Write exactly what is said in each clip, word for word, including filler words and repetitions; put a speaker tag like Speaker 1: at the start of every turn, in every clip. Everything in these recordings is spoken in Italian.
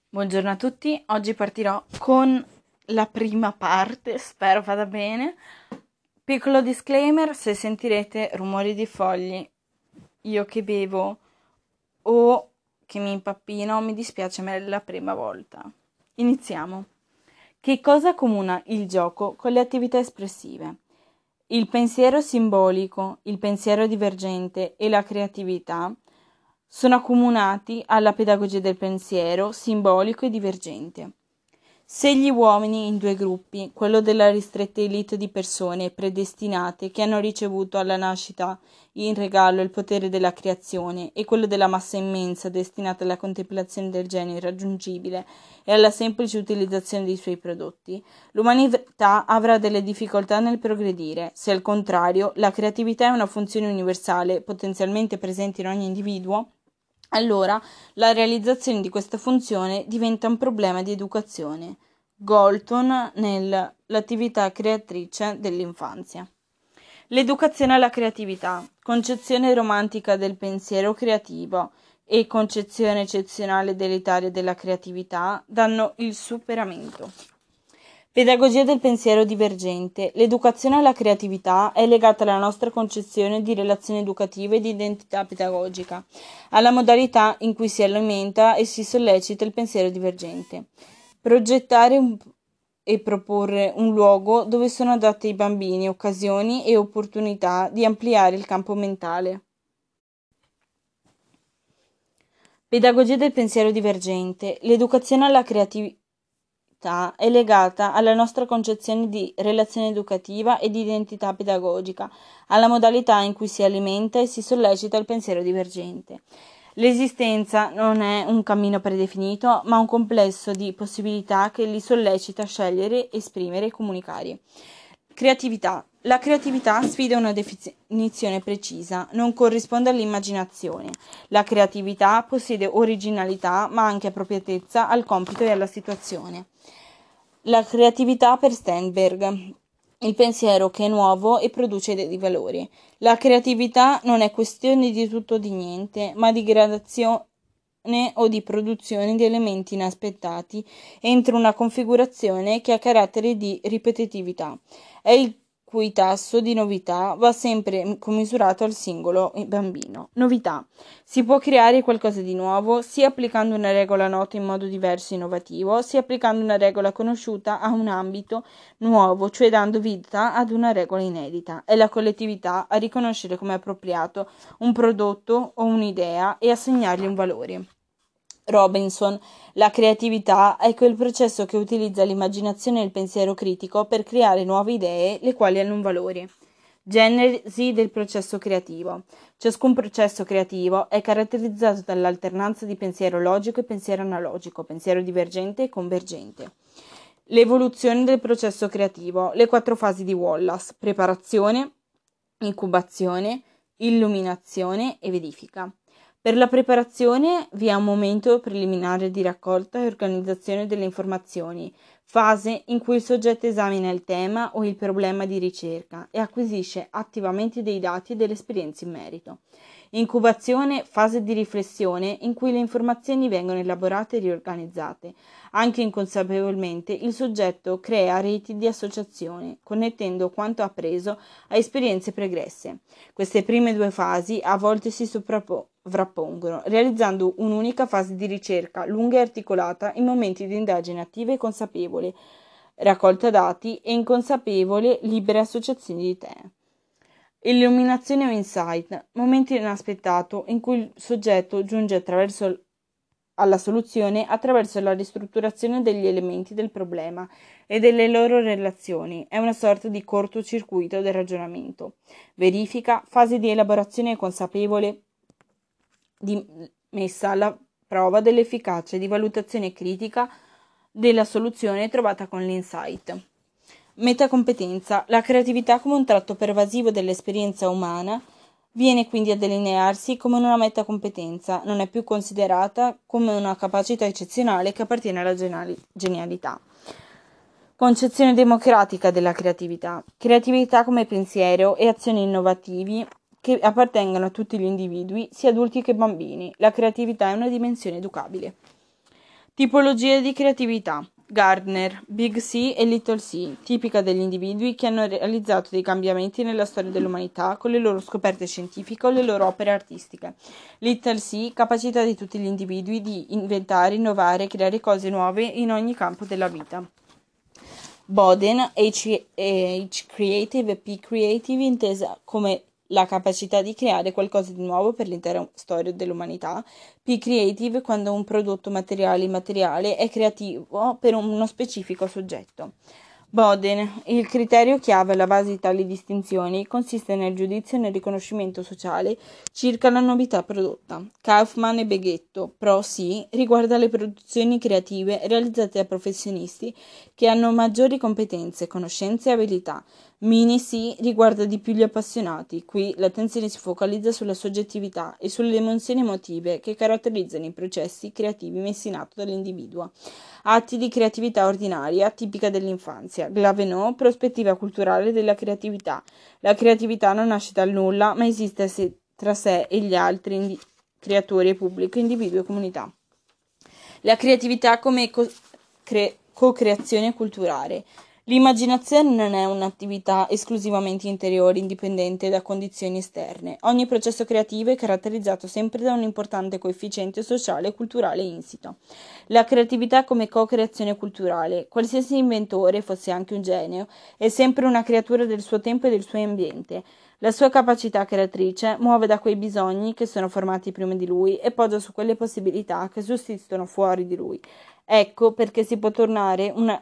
Speaker 1: Buongiorno a tutti, oggi partirò con la prima parte, spero vada bene. Piccolo disclaimer, se sentirete rumori di fogli, io che bevo o che mi impappino, mi dispiace, ma è la prima volta. Iniziamo. Che cosa accomuna il gioco con le attività espressive? Il pensiero simbolico, il pensiero divergente e la creatività sono accomunati alla pedagogia del pensiero simbolico e divergente. Se gli uomini in due gruppi, quello della ristretta elite di persone predestinate che hanno ricevuto alla nascita in regalo il potere della creazione e quello della massa immensa destinata alla contemplazione del genio irraggiungibile e alla semplice utilizzazione dei suoi prodotti, l'umanità avrà delle difficoltà nel progredire. Se al contrario la creatività è una funzione universale potenzialmente presente in ogni individuo, allora la realizzazione di questa funzione diventa un problema di educazione. Galton nell'attività creatrice dell'infanzia. L'educazione alla creatività, concezione romantica del pensiero creativo e concezione eccezionale dell'Italia della creatività danno il superamento. Pedagogia del pensiero divergente. L'educazione alla creatività è legata alla nostra concezione di relazione educativa e di identità pedagogica, alla modalità in cui si alimenta e si sollecita il pensiero divergente. Progettare un e proporre un luogo dove sono adatte ai bambini occasioni e opportunità di ampliare il campo mentale. Pedagogia del pensiero divergente. L'educazione alla creatività è legata alla nostra concezione di relazione educativa e di identità pedagogica, alla modalità in cui si alimenta e si sollecita il pensiero divergente. L'esistenza non è un cammino predefinito, ma un complesso di possibilità che li sollecita a scegliere, esprimere e comunicare. Creatività. La creatività sfida una definizione precisa, non corrisponde all'immaginazione. La creatività possiede originalità, ma anche appropriatezza al compito e alla situazione. La creatività per Sternberg. Il pensiero che è nuovo e produce dei valori. La creatività non è questione di tutto o di niente, ma di gradazione o di produzione di elementi inaspettati entro una configurazione che ha carattere di ripetitività e il cui tasso di novità va sempre commisurato al singolo bambino. Novità. Si può creare qualcosa di nuovo sia applicando una regola nota in modo diverso e innovativo, sia applicando una regola conosciuta a un ambito nuovo, cioè dando vita ad una regola inedita. È la collettività a riconoscere come appropriato un prodotto o un'idea e assegnargli un valore. Robinson. La creatività è quel processo che utilizza l'immaginazione e il pensiero critico per creare nuove idee, le quali hanno un valore. Genesi del processo creativo. Ciascun processo creativo è caratterizzato dall'alternanza di pensiero logico e pensiero analogico, pensiero divergente e convergente. L'evoluzione del processo creativo. Le quattro fasi di Wallace: preparazione, incubazione, illuminazione e verifica. Per la preparazione vi è un momento preliminare di raccolta e organizzazione delle informazioni, fase in cui il soggetto esamina il tema o il problema di ricerca e acquisisce attivamente dei dati e delle esperienze in merito. Incubazione, fase di riflessione in cui le informazioni vengono elaborate e riorganizzate. Anche inconsapevolmente il soggetto crea reti di associazione, connettendo quanto appreso a esperienze pregresse. Queste prime due fasi a volte si sovrappongono, realizzando un'unica fase di ricerca lunga e articolata in momenti di indagine attiva e consapevole, raccolta dati e inconsapevole libere associazioni di idee. Illuminazione o insight, momento inaspettato in cui il soggetto giunge attraverso alla soluzione attraverso la ristrutturazione degli elementi del problema e delle loro relazioni. È una sorta di cortocircuito del ragionamento. Verifica, fase di elaborazione consapevole di messa alla prova dell'efficacia e di valutazione critica della soluzione trovata con l'insight. Metacompetenza. La creatività come un tratto pervasivo dell'esperienza umana viene quindi a delinearsi come una metacompetenza, non è più considerata come una capacità eccezionale che appartiene alla genialità. Concezione democratica della creatività. Creatività come pensiero e azioni innovativi che appartengono a tutti gli individui, sia adulti che bambini. La creatività è una dimensione educabile. Tipologie di creatività. Gardner, Big C e Little C, tipica degli individui che hanno realizzato dei cambiamenti nella storia dell'umanità con le loro scoperte scientifiche o le loro opere artistiche. Little C, capacità di tutti gli individui di inventare, innovare e creare cose nuove in ogni campo della vita. Boden, H, H Creative e P Creative, intesa come la capacità di creare qualcosa di nuovo per l'intera storia dell'umanità. P Creative, quando un prodotto materiale immateriale è creativo per uno specifico soggetto. Boden, il criterio chiave alla base di tali distinzioni consiste nel giudizio e nel riconoscimento sociale circa la novità prodotta. Kaufman e Beghetto, Pro C, riguarda le produzioni creative realizzate da professionisti che hanno maggiori competenze, conoscenze e abilità. Mini C riguarda di più gli appassionati. Qui l'attenzione si focalizza sulla soggettività e sulle emozioni emotive che caratterizzano i processi creativi messi in atto dall'individuo. Atti di creatività ordinaria, tipica dell'infanzia. Glavenot, prospettiva culturale della creatività. La creatività non nasce dal nulla, ma esiste se- tra sé e gli altri indi- creatori e pubblico, individuo e comunità. La creatività come co- cre- co-creazione culturale. L'immaginazione non è un'attività esclusivamente interiore, indipendente da condizioni esterne. Ogni processo creativo è caratterizzato sempre da un importante coefficiente sociale e culturale insito. La creatività come co-creazione culturale. Qualsiasi inventore, fosse anche un genio, è sempre una creatura del suo tempo e del suo ambiente. La sua capacità creatrice muove da quei bisogni che sono formati prima di lui e poggia su quelle possibilità che sussistono fuori di lui. Ecco perché si può tornare una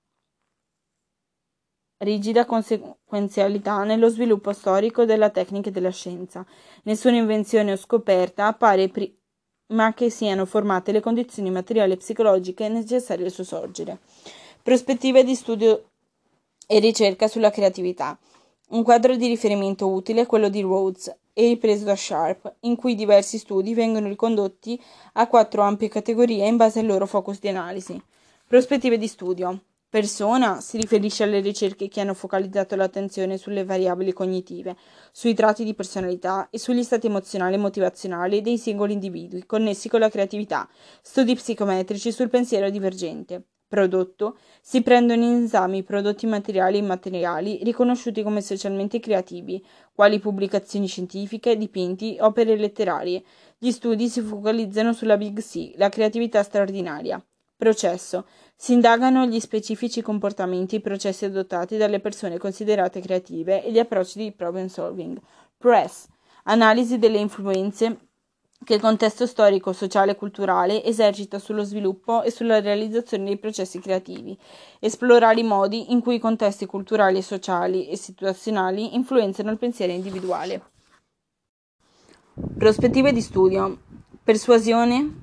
Speaker 1: rigida conseguenzialità nello sviluppo storico della tecnica e della scienza. Nessuna invenzione o scoperta appare prima che siano formate le condizioni materiali e psicologiche necessarie al suo sorgere. Prospettive di studio e ricerca sulla creatività. Un quadro di riferimento utile è quello di Rhodes e ripreso da Sharp, in cui diversi studi vengono ricondotti a quattro ampie categorie in base al loro focus di analisi. Prospettive di studio. Persona si riferisce alle ricerche che hanno focalizzato l'attenzione sulle variabili cognitive, sui tratti di personalità e sugli stati emozionali e motivazionali dei singoli individui, connessi con la creatività, studi psicometrici sul pensiero divergente. Prodotto si prendono in esame i prodotti materiali e immateriali riconosciuti come socialmente creativi, quali pubblicazioni scientifiche, dipinti, opere letterarie. Gli studi si focalizzano sulla Big C, la creatività straordinaria. Processo. Si indagano gli specifici comportamenti e processi adottati dalle persone considerate creative e gli approcci di problem solving. Press. Analisi delle influenze che il contesto storico, sociale e culturale esercita sullo sviluppo e sulla realizzazione dei processi creativi. Esplorare i modi in cui i contesti culturali, sociali e situazionali influenzano il pensiero individuale. Prospettive di studio. Persuasione.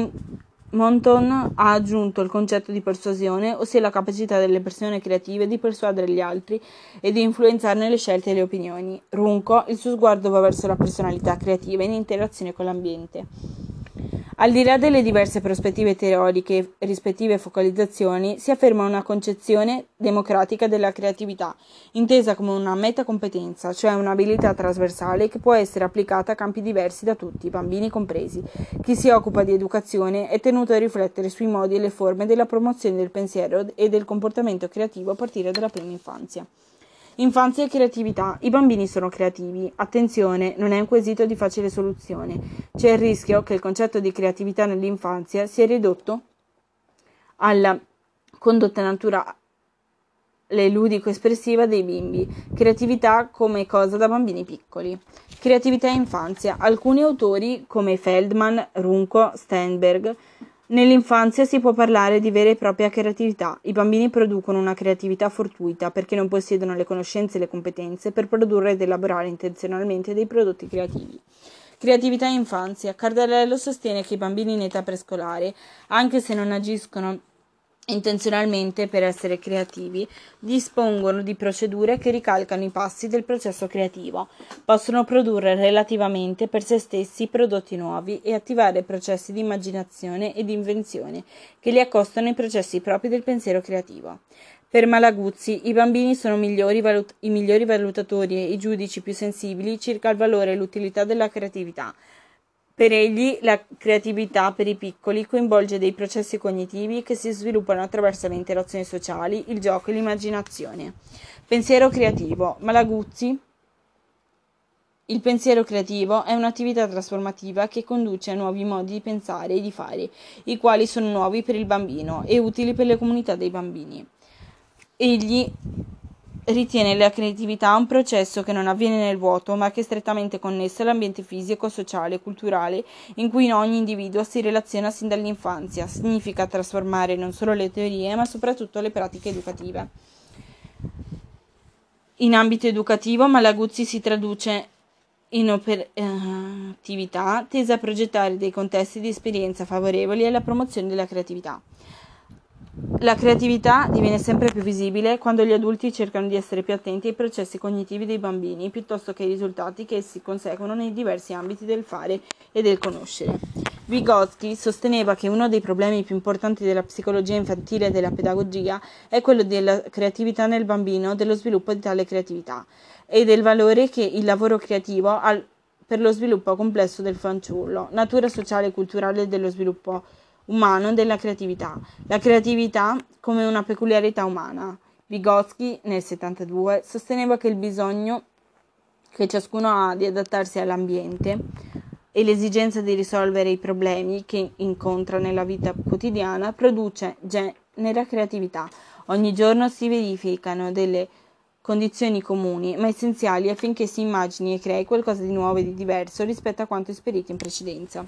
Speaker 1: Simonton ha aggiunto il concetto di persuasione, ossia la capacità delle persone creative di persuadere gli altri e di influenzarne le scelte e le opinioni. Runco, il suo sguardo va verso la personalità creativa in interazione con l'ambiente. Al di là delle diverse prospettive teoriche e rispettive focalizzazioni, si afferma una concezione democratica della creatività, intesa come una metacompetenza, cioè un'abilità trasversale che può essere applicata a campi diversi da tutti, bambini compresi. Chi si occupa di educazione è tenuto a riflettere sui modi e le forme della promozione del pensiero e del comportamento creativo a partire dalla prima infanzia. Infanzia e creatività. I bambini sono creativi. Attenzione, non è un quesito di facile soluzione. C'è il rischio che il concetto di creatività nell'infanzia sia ridotto alla condotta naturale ludico-espressiva dei bimbi. Creatività come cosa da bambini piccoli. Creatività e infanzia. Alcuni autori, come Feldman, Runco, Steinberg, nell'infanzia si può parlare di vera e propria creatività. I bambini producono una creatività fortuita perché non possiedono le conoscenze e le competenze per produrre ed elaborare intenzionalmente dei prodotti creativi. Creatività e infanzia. Cardarello sostiene che i bambini in età prescolare, anche se non agiscono intenzionalmente per essere creativi, dispongono di procedure che ricalcano i passi del processo creativo, possono produrre relativamente per se stessi prodotti nuovi e attivare processi di immaginazione e di invenzione che li accostano ai processi propri del pensiero creativo. Per Malaguzzi, i bambini sono migliori valut- i migliori valutatori e i giudici più sensibili circa il valore e l'utilità della creatività. Per egli la creatività per i piccoli coinvolge dei processi cognitivi che si sviluppano attraverso le interazioni sociali, il gioco e l'immaginazione. Pensiero creativo. Malaguzzi. Il pensiero creativo è un'attività trasformativa che conduce a nuovi modi di pensare e di fare, i quali sono nuovi per il bambino e utili per le comunità dei bambini. Egli ritiene la creatività un processo che non avviene nel vuoto, ma che è strettamente connesso all'ambiente fisico, sociale e culturale in cui ogni individuo si relaziona sin dall'infanzia. Significa trasformare non solo le teorie, ma soprattutto le pratiche educative. In ambito educativo, Malaguzzi si traduce in operatività tesa a progettare dei contesti di esperienza favorevoli alla promozione della creatività. La creatività diviene sempre più visibile quando gli adulti cercano di essere più attenti ai processi cognitivi dei bambini, piuttosto che ai risultati che essi conseguono nei diversi ambiti del fare e del conoscere. Vygotsky sosteneva che uno dei problemi più importanti della psicologia infantile e della pedagogia è quello della creatività nel bambino, dello sviluppo di tale creatività e del valore che il lavoro creativo ha per lo sviluppo complesso del fanciullo, natura sociale e culturale dello sviluppo umano della creatività. La creatività come una peculiarità umana. Vygotsky nel settantadue sosteneva che il bisogno che ciascuno ha di adattarsi all'ambiente e l'esigenza di risolvere i problemi che incontra nella vita quotidiana produce, genera creatività. Ogni giorno si verificano delle condizioni comuni ma essenziali affinché si immagini e crei qualcosa di nuovo e di diverso rispetto a quanto esperito in precedenza.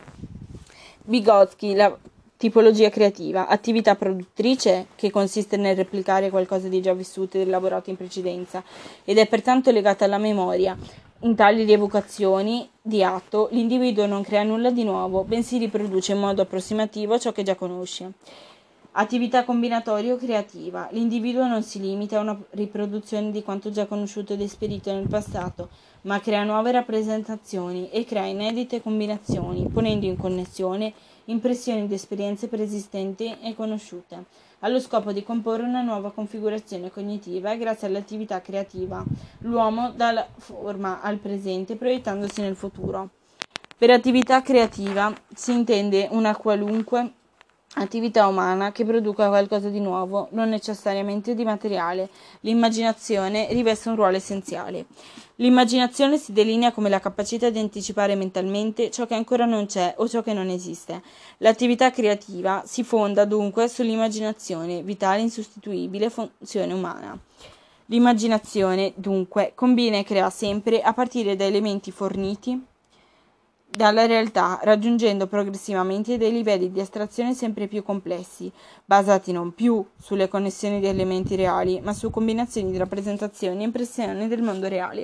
Speaker 1: Vygotsky, la tipologia creativa, attività produttrice che consiste nel replicare qualcosa di già vissuto ed elaborato in precedenza ed è pertanto legata alla memoria. In tali rievocazioni di atto l'individuo non crea nulla di nuovo, bensì riproduce in modo approssimativo ciò che già conosce. Attività combinatoria o creativa. L'individuo non si limita a una riproduzione di quanto già conosciuto ed esperito nel passato, ma crea nuove rappresentazioni e crea inedite combinazioni, ponendo in connessione impressioni ed esperienze preesistenti e conosciute, allo scopo di comporre una nuova configurazione cognitiva e grazie all'attività creativa l'uomo dà la forma al presente proiettandosi nel futuro. Per attività creativa si intende una qualunque attività umana che produca qualcosa di nuovo, non necessariamente di materiale. L'immaginazione riveste un ruolo essenziale. L'immaginazione si delinea come la capacità di anticipare mentalmente ciò che ancora non c'è o ciò che non esiste. L'attività creativa si fonda dunque sull'immaginazione, vitale e insostituibile funzione umana. L'immaginazione, dunque, combina e crea sempre a partire da elementi forniti dalla realtà, raggiungendo progressivamente dei livelli di astrazione sempre più complessi, basati non più sulle connessioni di elementi reali, ma su combinazioni di rappresentazioni e impressioni del mondo reale.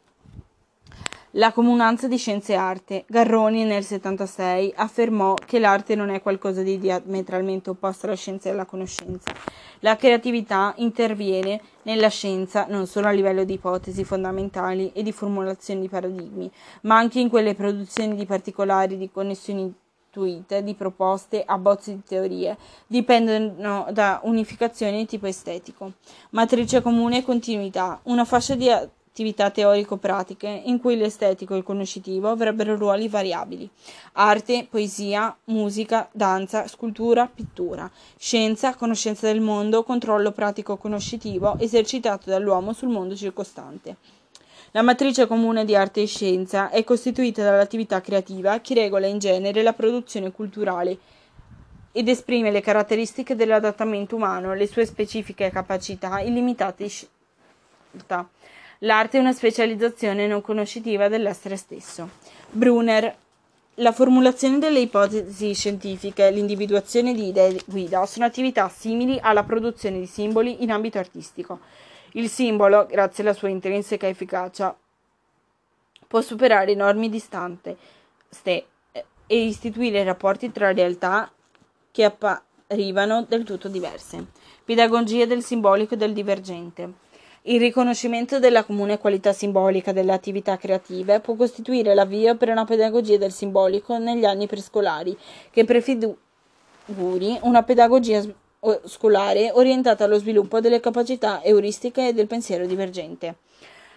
Speaker 1: La comunanza di scienza e arte. Garroni nel settantasei affermò che l'arte non è qualcosa di diametralmente opposto alla scienza e alla conoscenza. La creatività interviene nella scienza non solo a livello di ipotesi fondamentali e di formulazione di paradigmi, ma anche in quelle produzioni di particolari, di connessioni intuite, di proposte, abbozzi di teorie, dipendono da unificazioni di tipo estetico. Matrice comune e continuità. Una fascia di attività teorico-pratiche in cui l'estetico e il conoscitivo avrebbero ruoli variabili. Arte, poesia, musica, danza, scultura, pittura. Scienza, conoscenza del mondo, controllo pratico-conoscitivo esercitato dall'uomo sul mondo circostante. La matrice comune di arte e scienza è costituita dall'attività creativa che regola in genere la produzione culturale ed esprime le caratteristiche dell'adattamento umano, le sue specifiche capacità illimitate di scelta. L'arte è una specializzazione non conoscitiva dell'essere stesso. Brunner. La formulazione delle ipotesi scientifiche e l'individuazione di idee guida sono attività simili alla produzione di simboli in ambito artistico. Il simbolo, grazie alla sua intrinseca efficacia, può superare enormi distanze e istituire rapporti tra realtà che apparivano del tutto diverse. Pedagogia del simbolico e del divergente. Il riconoscimento della comune qualità simbolica delle attività creative può costituire l'avvio per una pedagogia del simbolico negli anni prescolari, che prefiguri una pedagogia scolare orientata allo sviluppo delle capacità euristiche e del pensiero divergente.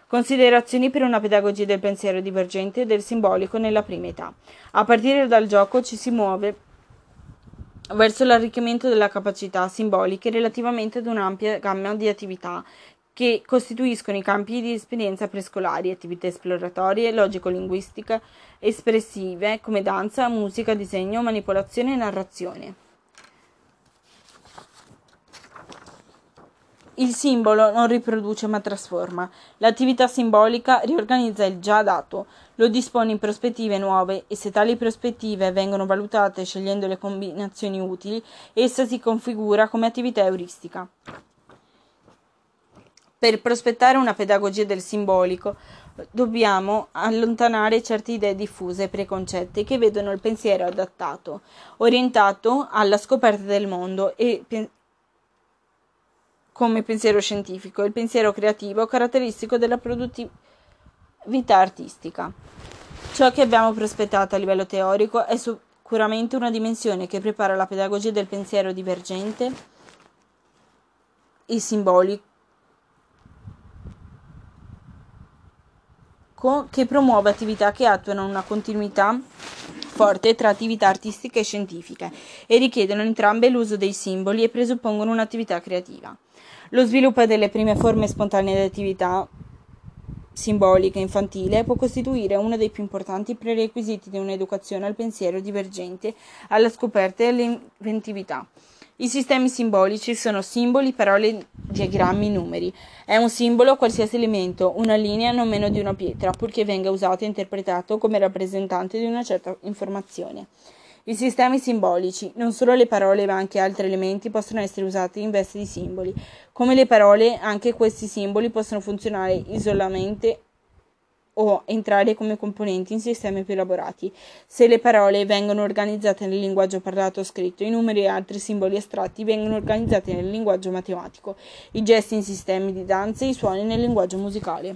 Speaker 1: Considerazioni per una pedagogia del pensiero divergente e del simbolico nella prima età. A partire dal gioco ci si muove verso l'arricchimento della capacità simboliche relativamente ad un'ampia gamma di attività che costituiscono i campi di esperienza prescolari, attività esploratorie, logico-linguistiche, espressive come danza, musica, disegno, manipolazione e narrazione. Il simbolo non riproduce ma trasforma. L'attività simbolica riorganizza il già dato, lo dispone in prospettive nuove e se tali prospettive vengono valutate scegliendo le combinazioni utili, essa si configura come attività euristica. Per prospettare una pedagogia del simbolico dobbiamo allontanare certe idee diffuse e preconcette che vedono il pensiero adattato, orientato alla scoperta del mondo e pe- come pensiero scientifico, il pensiero creativo caratteristico della produttività artistica. Ciò che abbiamo prospettato a livello teorico è sicuramente una dimensione che prepara la pedagogia del pensiero divergente e simbolico, che promuove attività che attuano una continuità forte tra attività artistiche e scientifiche e richiedono entrambe l'uso dei simboli e presuppongono un'attività creativa. Lo sviluppo delle prime forme spontanee di attività simbolica infantile può costituire uno dei più importanti prerequisiti di un'educazione al pensiero divergente, alla scoperta e all'inventività. I sistemi simbolici sono simboli, parole, diagrammi, numeri. È un simbolo qualsiasi elemento, una linea non meno di una pietra, purché venga usato e interpretato come rappresentante di una certa informazione. I sistemi simbolici, non solo le parole ma anche altri elementi possono essere usati in veste di simboli. Come le parole, anche questi simboli possono funzionare isolatamente o entrare come componenti in sistemi più elaborati. Se le parole vengono organizzate nel linguaggio parlato o scritto, i numeri e altri simboli astratti vengono organizzati nel linguaggio matematico, i gesti in sistemi di danza e i suoni nel linguaggio musicale.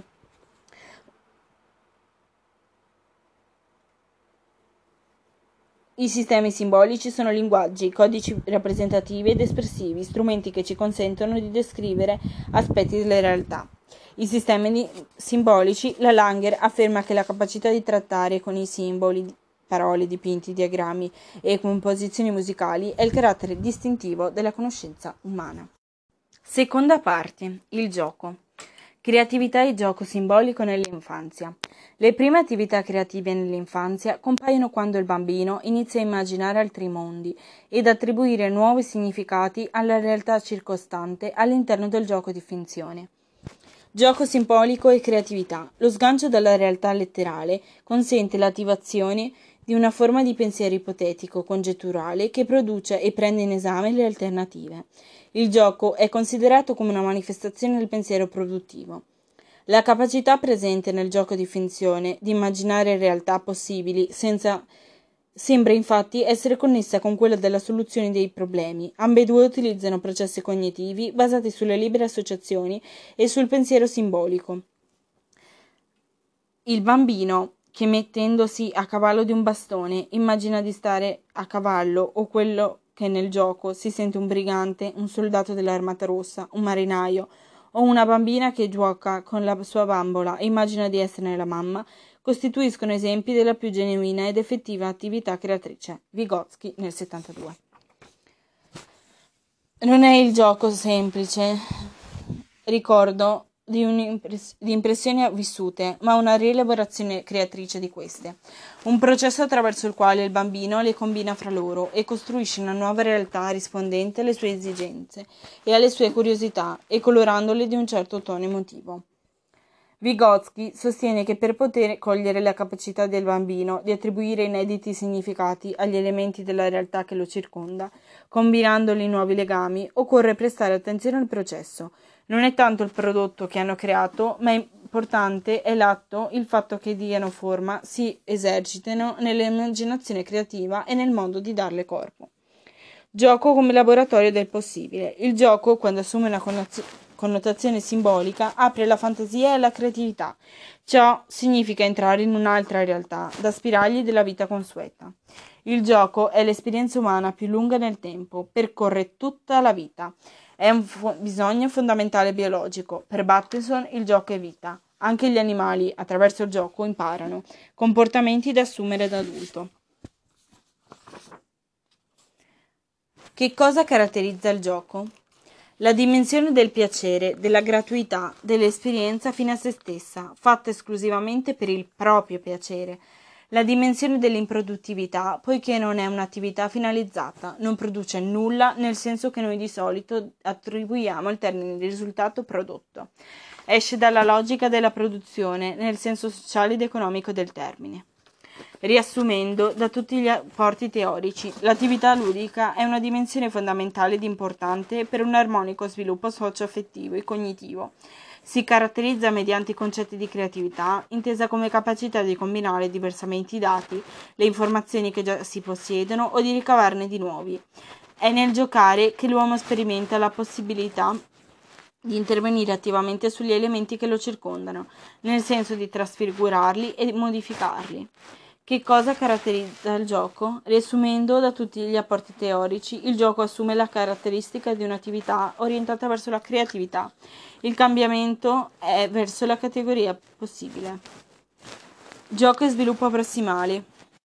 Speaker 1: I sistemi simbolici sono linguaggi, codici rappresentativi ed espressivi, strumenti che ci consentono di descrivere aspetti della realtà. I sistemi simbolici, la Langer afferma che la capacità di trattare con i simboli, parole, dipinti, diagrammi e composizioni musicali è il carattere distintivo della conoscenza umana. Seconda parte, il gioco. Creatività e gioco simbolico nell'infanzia. Le prime attività creative nell'infanzia compaiono quando il bambino inizia a immaginare altri mondi ed attribuire nuovi significati alla realtà circostante all'interno del gioco di finzione. Gioco simbolico e creatività. Lo sgancio dalla realtà letterale consente l'attivazione di una forma di pensiero ipotetico, congetturale, che produce e prende in esame le alternative. Il gioco è considerato come una manifestazione del pensiero produttivo. La capacità presente nel gioco di finzione di immaginare realtà possibili senza sembra infatti essere connessa con quella della soluzione dei problemi. Ambedue utilizzano processi cognitivi basati sulle libere associazioni e sul pensiero simbolico. Il bambino che mettendosi a cavallo di un bastone immagina di stare a cavallo o quello che nel gioco si sente un brigante, un soldato dell'Armata Rossa, un marinaio o una bambina che gioca con la sua bambola e immagina di esserne la mamma, costituiscono esempi della più genuina ed effettiva attività creatrice. Vygotsky nel settantadue. Non è il gioco semplice ricordo di, un'impress- di impressioni vissute, ma una rielaborazione creatrice di queste. Un processo attraverso il quale il bambino le combina fra loro e costruisce una nuova realtà rispondente alle sue esigenze e alle sue curiosità e colorandole di un certo tono emotivo. Vygotsky sostiene che per poter cogliere la capacità del bambino di attribuire inediti significati agli elementi della realtà che lo circonda, combinandoli in nuovi legami, occorre prestare attenzione al processo. Non è tanto il prodotto che hanno creato, ma importante è l'atto, il fatto che diano forma, si esercitino nell'immaginazione creativa e nel modo di darle corpo. Gioco come laboratorio del possibile. Il gioco, quando assume una connotazione simbolica, apre alla fantasia e alla creatività. Ciò significa entrare in un'altra realtà, da spiragli della vita consueta. Il gioco è l'esperienza umana più lunga nel tempo, percorre tutta la vita. È un fo- bisogno fondamentale biologico. Per Bateson il gioco è vita. Anche gli animali, attraverso il gioco, imparano comportamenti da assumere da adulto. Che cosa caratterizza il gioco? La dimensione del piacere, della gratuità, dell'esperienza fine a se stessa, fatta esclusivamente per il proprio piacere. La dimensione dell'improduttività, poiché non è un'attività finalizzata, non produce nulla nel senso che noi di solito attribuiamo al termine di risultato prodotto. Esce dalla logica della produzione, nel senso sociale ed economico del termine. Riassumendo, da tutti gli apporti teorici, l'attività ludica è una dimensione fondamentale ed importante per un armonico sviluppo socio-affettivo e cognitivo. Si caratterizza mediante i concetti di creatività, intesa come capacità di combinare diversamente i dati, le informazioni che già si possiedono o di ricavarne di nuovi. È nel giocare che l'uomo sperimenta la possibilità di intervenire attivamente sugli elementi che lo circondano, nel senso di trasfigurarli e modificarli. Che cosa caratterizza il gioco? Riassumendo da tutti gli apporti teorici, il gioco assume la caratteristica di un'attività orientata verso la creatività. Il cambiamento è verso la categoria possibile. Gioco e sviluppo prossimali.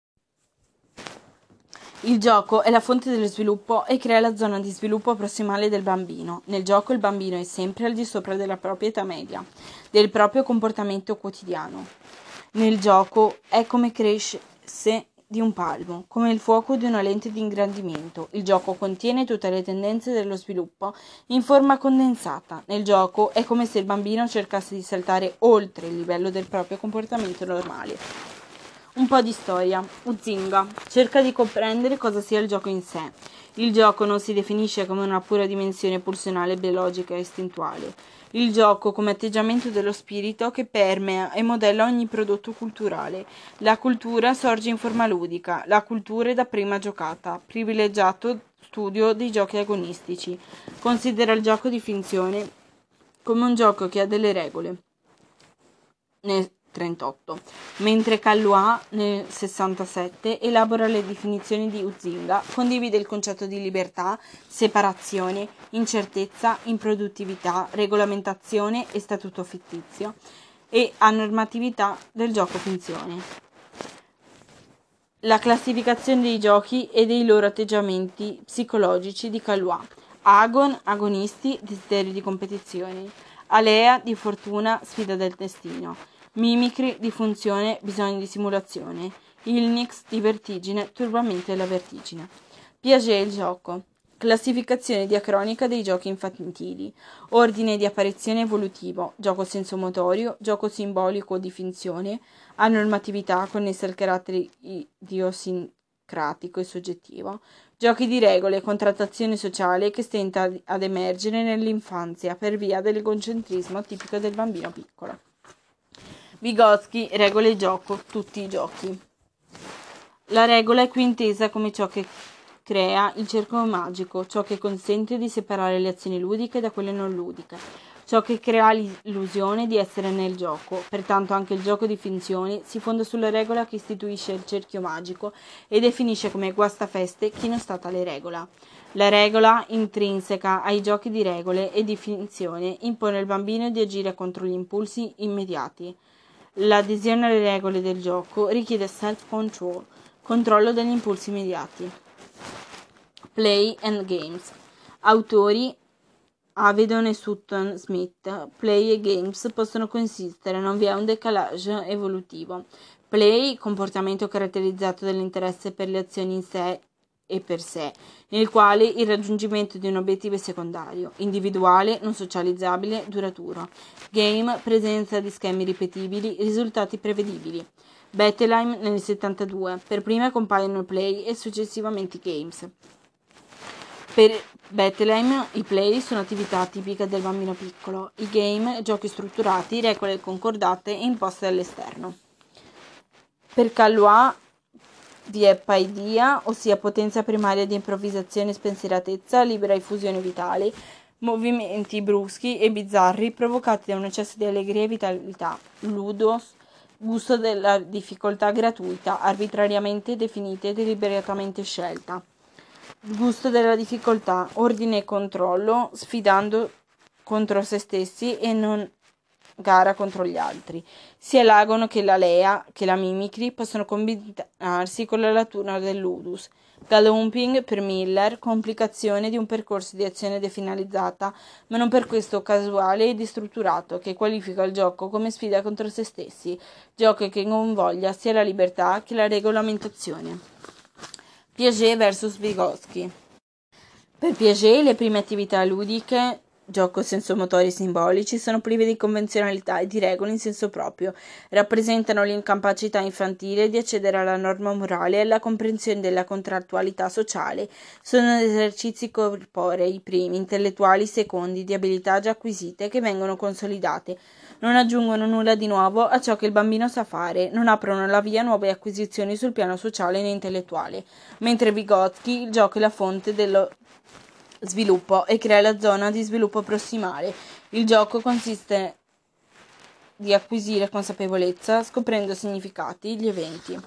Speaker 1: Il gioco è la fonte dello sviluppo e crea la zona di sviluppo prossimale del bambino. Nel gioco il bambino è sempre al di sopra della propria età media, del proprio comportamento quotidiano. Nel gioco è come cresce di un palmo, come il fuoco di una lente di ingrandimento. Il gioco contiene tutte le tendenze dello sviluppo in forma condensata. Nel gioco è come se il bambino cercasse di saltare oltre il livello del proprio comportamento normale. Un po' di storia. Huizinga cerca di comprendere cosa sia il gioco in sé. Il gioco non si definisce come una pura dimensione pulsionale, biologica e istintuale. Il gioco come atteggiamento dello spirito che permea e modella ogni prodotto culturale. La cultura sorge in forma ludica, la cultura è dapprima giocata, privilegiato studio dei giochi agonistici. Considera il gioco di finzione come un gioco che ha delle regole. Nel trentotto, mentre Callois nel sessantasette elabora le definizioni di Huizinga, condivide il concetto di libertà, separazione, incertezza, improduttività, regolamentazione e statuto fittizio e a normatività del gioco finzione. La classificazione dei giochi e dei loro atteggiamenti psicologici di Callois. Agon, agonisti, desideri di competizione. Alea, di fortuna, sfida del destino. Mimicry, di funzione, bisogno di simulazione. Ilnix, di vertigine, turbamento della vertigine. Piaget, il gioco. Classificazione diacronica dei giochi infantili. Ordine di apparizione evolutivo. Gioco sensomotorio, gioco simbolico di finzione, a normatività connessa al carattere idiosincratico e soggettivo. Giochi di regole, contrattazione sociale che stenta ad emergere nell'infanzia per via dell'egocentrismo tipico del bambino piccolo. Vygotsky, regole gioco, tutti i giochi. La regola è qui intesa come ciò che crea il cerchio magico, ciò che consente di separare le azioni ludiche da quelle non ludiche, ciò che crea l'illusione di essere nel gioco. Pertanto anche il gioco di finzioni si fonda sulla regola che istituisce il cerchio magico e definisce come guastafeste chi non sta tale regola. La regola intrinseca ai giochi di regole e di finzione impone al bambino di agire contro gli impulsi immediati. L'adesione alle regole del gioco richiede self-control, controllo degli impulsi immediati. Play and Games. Autori Avedon e Sutton Smith. Play e games possono consistere, non vi è un decalage evolutivo. Play, comportamento caratterizzato dall'interesse per le azioni in sé e per sé, nel quale il raggiungimento di un obiettivo è secondario, individuale, non socializzabile, duraturo. Game, presenza di schemi ripetibili, risultati prevedibili. Bettelheim nel settantadue. Per prima compaiono play e successivamente games. Per Bettelheim i play sono attività tipiche del bambino piccolo, i game giochi strutturati, regole concordate e imposte dall'esterno. Per Callois vi è paidia, ossia potenza primaria di improvvisazione e spensieratezza, libera effusione vitale, movimenti bruschi e bizzarri provocati da un eccesso di allegria e vitalità, ludos, Gusto della difficoltà gratuita, arbitrariamente definita e deliberatamente scelta. Gusto della difficoltà, ordine e controllo, sfidando contro se stessi e non gara contro gli altri. Sia l'agono che la lea che la mimicry possono combinarsi con la natura del ludus. Galloping per Miller, complicazione di un percorso di azione definalizzata, ma non per questo casuale e distrutturato, che qualifica il gioco come sfida contro se stessi, gioco che convoglia sia la libertà che la regolamentazione. Piaget versus Vygotsky. Per Piaget le prime attività ludiche, gioco sensomotori simbolici, sono prive di convenzionalità e di regole in senso proprio, rappresentano l'incapacità infantile di accedere alla norma morale e alla comprensione della contrattualità sociale, sono esercizi corporei primi, intellettuali secondi, di abilità già acquisite che vengono consolidate. Non aggiungono nulla di nuovo a ciò che il bambino sa fare, non aprono la via a nuove acquisizioni sul piano sociale e intellettuale, mentre Vygotsky il gioco è la fonte dello sviluppo e crea la zona di sviluppo prossimale. Il gioco consiste di acquisire consapevolezza scoprendo significati, gli eventi.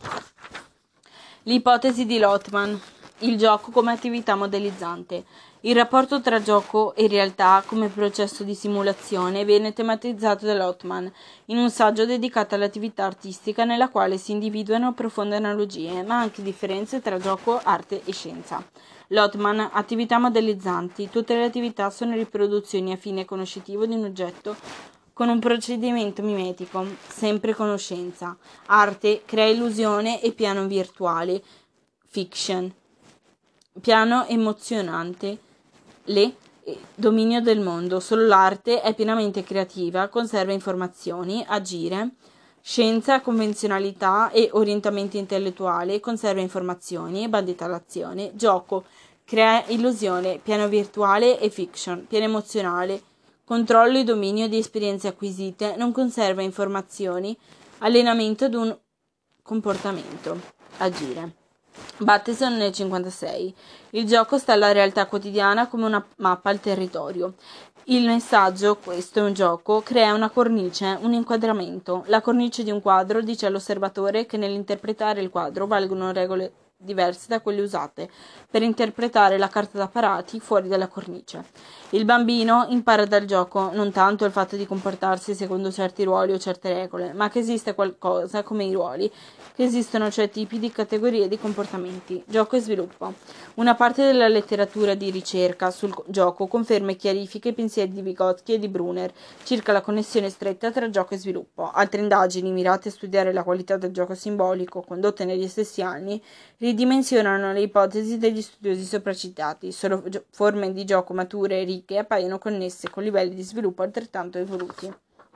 Speaker 1: L'ipotesi di Lotman. Il gioco come attività modellizzante. Il rapporto tra gioco e realtà come processo di simulazione viene tematizzato da Lotman in un saggio dedicato all'attività artistica nella quale si individuano profonde analogie, ma anche differenze tra gioco, arte e scienza. Lotman, attività modellizzanti. Tutte le attività sono riproduzioni a fine conoscitivo di un oggetto con un procedimento mimetico, sempre conoscenza. Arte, crea illusione e piano virtuale. Fiction, piano emozionante. Le, dominio del mondo. Solo l'arte è pienamente creativa, conserva informazioni, agire. Scienza, convenzionalità e orientamento intellettuale, conserva informazioni, bandita all'azione. Gioco, crea illusione, piano virtuale e fiction, piano emozionale. Controllo e dominio di esperienze acquisite, non conserva informazioni, allenamento ad un comportamento, agire. Bateson nel cinquantasei. Il gioco sta alla realtà quotidiana come una mappa al territorio. Il messaggio, questo è un gioco, crea una cornice, un inquadramento. La cornice di un quadro dice all'osservatore che nell'interpretare il quadro valgono regole diverse da quelle usate per interpretare la carta da parati fuori dalla cornice. Il bambino impara dal gioco non tanto il fatto di comportarsi secondo certi ruoli o certe regole, ma che esiste qualcosa come i ruoli, che esistono cioè tipi di categorie di comportamenti. Gioco e sviluppo. Una parte della letteratura di ricerca sul gioco conferma e chiarifica i pensieri di Vygotsky e di Brunner circa la connessione stretta tra gioco e sviluppo. Altre indagini mirate a studiare la qualità del gioco simbolico, condotte negli stessi anni, ridimensionano le ipotesi degli studiosi sopracitati. Solo gio- forme di gioco mature e ricche appaiono connesse con livelli di sviluppo altrettanto evoluti.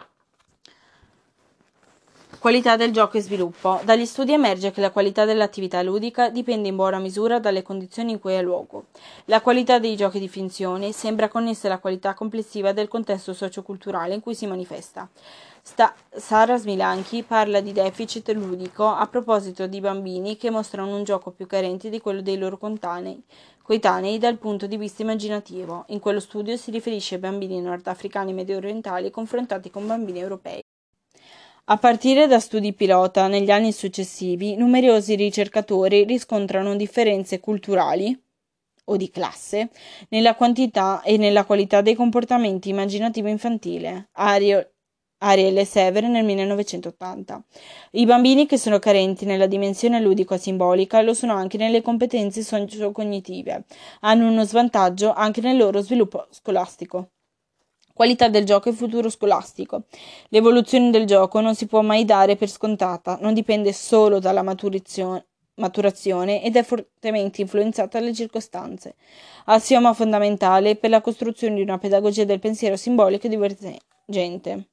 Speaker 1: Qualità del gioco e sviluppo. Dagli studi emerge che la qualità dell'attività ludica dipende in buona misura dalle condizioni in cui è luogo. La qualità dei giochi di finzione sembra connessa alla qualità complessiva del contesto socioculturale in cui si manifesta. Sta- Sara Smilanchi parla di deficit ludico a proposito di bambini che mostrano un gioco più carente di quello dei loro contanei, coetanei dal punto di vista immaginativo. In quello studio si riferisce ai bambini nordafricani e mediorientali confrontati con bambini europei. A partire da studi pilota negli anni successivi, numerosi ricercatori riscontrano differenze culturali o di classe nella quantità e nella qualità dei comportamenti immaginativo infantile. Ariel, Ariel e Severe nel millenovecentottanta. I bambini che sono carenti nella dimensione ludico-simbolica lo sono anche nelle competenze socio-cognitive. Hanno uno svantaggio anche nel loro sviluppo scolastico. Qualità del gioco e futuro scolastico. L'evoluzione del gioco non si può mai dare per scontata, non dipende solo dalla maturazione ed è fortemente influenzata dalle circostanze. Assioma fondamentale per la costruzione di una pedagogia del pensiero simbolico e divergente.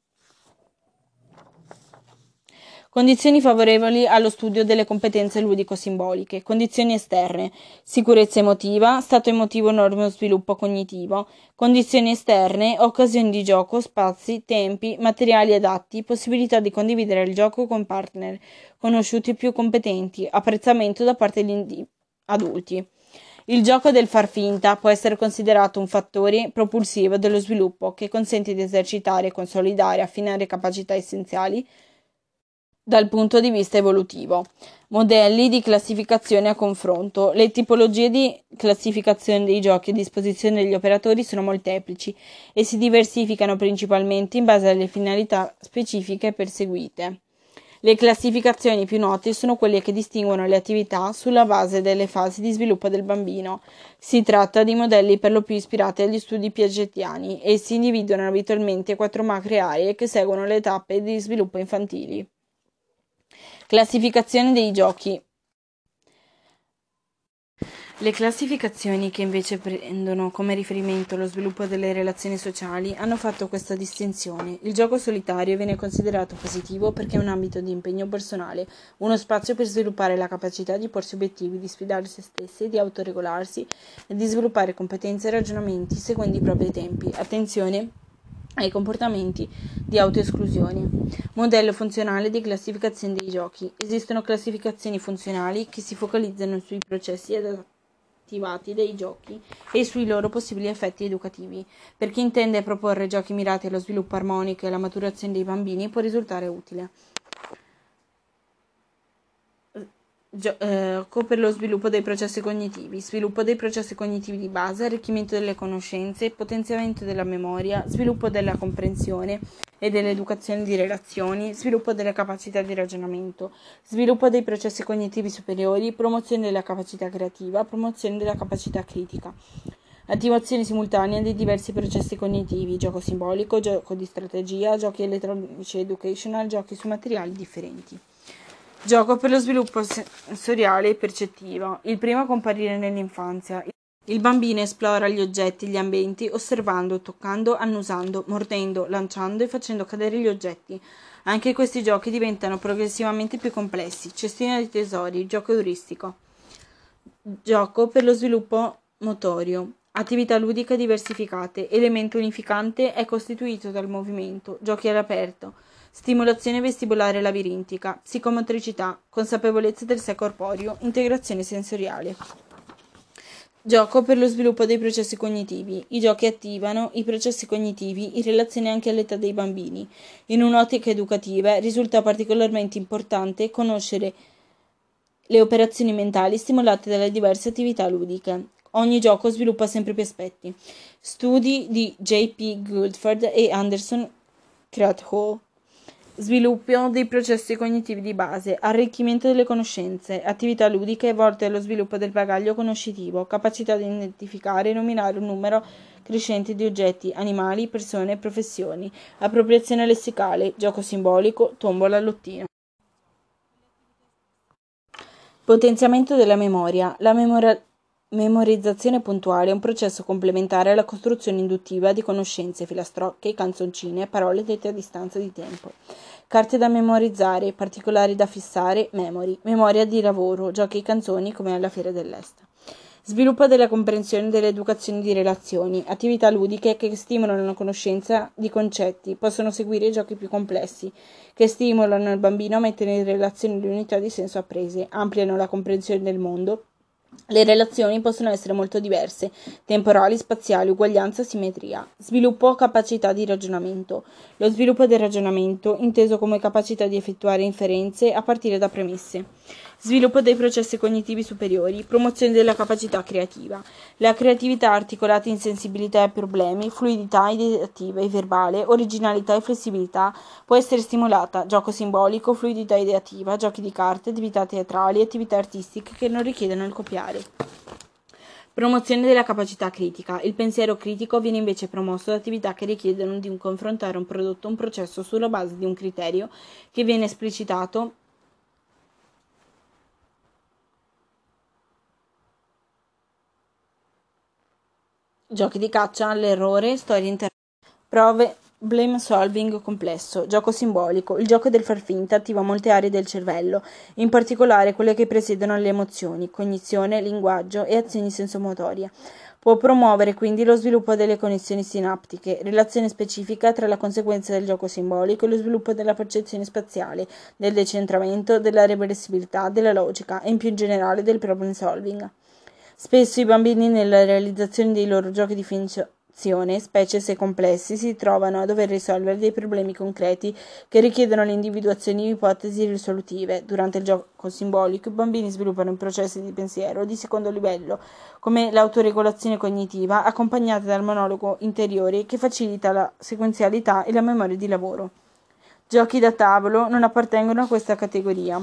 Speaker 1: Condizioni favorevoli allo studio delle competenze ludico-simboliche. Condizioni esterne. Sicurezza emotiva, stato emotivo norme o sviluppo cognitivo. Condizioni esterne, occasioni di gioco, spazi, tempi, materiali adatti, possibilità di condividere il gioco con partner conosciuti più competenti, apprezzamento da parte degli adulti. Il gioco del far finta può essere considerato un fattore propulsivo dello sviluppo che consente di esercitare, consolidare e affinare capacità essenziali dal punto di vista evolutivo. Modelli di classificazione a confronto. Le tipologie di classificazione dei giochi a disposizione degli operatori sono molteplici e si diversificano principalmente in base alle finalità specifiche perseguite. Le classificazioni più note sono quelle che distinguono le attività sulla base delle fasi di sviluppo del bambino. Si tratta di modelli per lo più ispirati agli studi piagetiani e si individuano abitualmente quattro macro aree che seguono le tappe di sviluppo infantili. Classificazione dei giochi. Le classificazioni che invece prendono come riferimento lo sviluppo delle relazioni sociali hanno fatto questa distinzione. Il gioco solitario viene considerato positivo perché è un ambito di impegno personale, uno spazio per sviluppare la capacità di porsi obiettivi, di sfidare se stessi, di autoregolarsi e di sviluppare competenze e ragionamenti seguendo i propri tempi. Attenzione ai comportamenti di autoesclusione. Modello funzionale di classificazione dei giochi. Esistono classificazioni funzionali che si focalizzano sui processi attivati dei giochi e sui loro possibili effetti educativi. Per chi intende proporre giochi mirati allo sviluppo armonico e alla maturazione dei bambini può risultare utile. Gioco per lo sviluppo dei processi cognitivi, sviluppo dei processi cognitivi di base, arricchimento delle conoscenze, potenziamento della memoria, sviluppo della comprensione e dell'educazione di relazioni, sviluppo delle capacità di ragionamento, sviluppo dei processi cognitivi superiori, promozione della capacità creativa, promozione della capacità critica. Attivazione simultanea di diversi processi cognitivi, gioco simbolico, gioco di strategia, giochi elettronici educational, giochi su materiali differenti. Gioco per lo sviluppo sensoriale e percettivo. Il primo a comparire nell'infanzia. Il bambino esplora gli oggetti, gli ambienti, osservando, toccando, annusando, mordendo, lanciando e facendo cadere gli oggetti. Anche questi giochi diventano progressivamente più complessi. Cestino di tesori, gioco euristico. Gioco per lo sviluppo motorio. Attività ludiche diversificate. Elemento unificante è costituito dal movimento. Giochi all'aperto. Stimolazione vestibolare labirintica, psicomotricità, consapevolezza del sé corporeo, integrazione sensoriale. Gioco per lo sviluppo dei processi cognitivi. I giochi attivano i processi cognitivi in relazione anche all'età dei bambini. In un'ottica educativa risulta particolarmente importante conoscere le operazioni mentali stimolate dalle diverse attività ludiche. Ogni gioco sviluppa sempre più aspetti. Studi di J P Guildford e Anderson Krathwohl. Sviluppo dei processi cognitivi di base, arricchimento delle conoscenze, attività ludiche volte allo sviluppo del bagaglio conoscitivo, capacità di identificare e nominare un numero crescente di oggetti, animali, persone e professioni, appropriazione lessicale, gioco simbolico, tombola, lottino. Potenziamento della memoria. La memora- memorizzazione puntuale è un processo complementare alla costruzione induttiva di conoscenze, filastrocche, canzoncine, parole dette a distanza di tempo. Carte da memorizzare, particolari da fissare, memory, memoria di lavoro, giochi e canzoni come alla Fiera dell'Est. Sviluppo della comprensione dell'educazione di relazioni, attività ludiche che stimolano la conoscenza di concetti, possono seguire giochi più complessi, che stimolano il bambino a mettere in relazione le unità di senso apprese, ampliano la comprensione del mondo. Le relazioni possono essere molto diverse, temporali, spaziali, uguaglianza, simmetria. Sviluppo capacità di ragionamento. Lo sviluppo del ragionamento, inteso come capacità di effettuare inferenze a partire da premesse. Sviluppo dei processi cognitivi superiori, promozione della capacità creativa. La creatività articolata in sensibilità ai problemi, fluidità ideativa e verbale, originalità e flessibilità può essere stimolata, gioco simbolico, fluidità ideativa, giochi di carte, attività teatrali, attività artistiche che non richiedono il copiare. Promozione della capacità critica. Il pensiero critico viene invece promosso da attività che richiedono di confrontare un prodotto o un processo sulla base di un criterio che viene esplicitato giochi di caccia all'errore, storie interne, prove, problem solving complesso, gioco simbolico. Il gioco del far finta attiva molte aree del cervello, in particolare quelle che presiedono alle emozioni, cognizione, linguaggio e azioni sensomotorie. Può promuovere quindi lo sviluppo delle connessioni sinaptiche, relazione specifica tra la conseguenza del gioco simbolico e lo sviluppo della percezione spaziale, del decentramento, della reversibilità, della logica e in più in generale del problem solving. Spesso i bambini nella realizzazione dei loro giochi di specie se complessi, si trovano a dover risolvere dei problemi concreti che richiedono l'individuazione di ipotesi risolutive. Durante il gioco simbolico i bambini sviluppano i processi di pensiero di secondo livello, come l'autoregolazione cognitiva, accompagnata dal monologo interiore che facilita la sequenzialità e la memoria di lavoro. Giochi da tavolo non appartengono a questa categoria.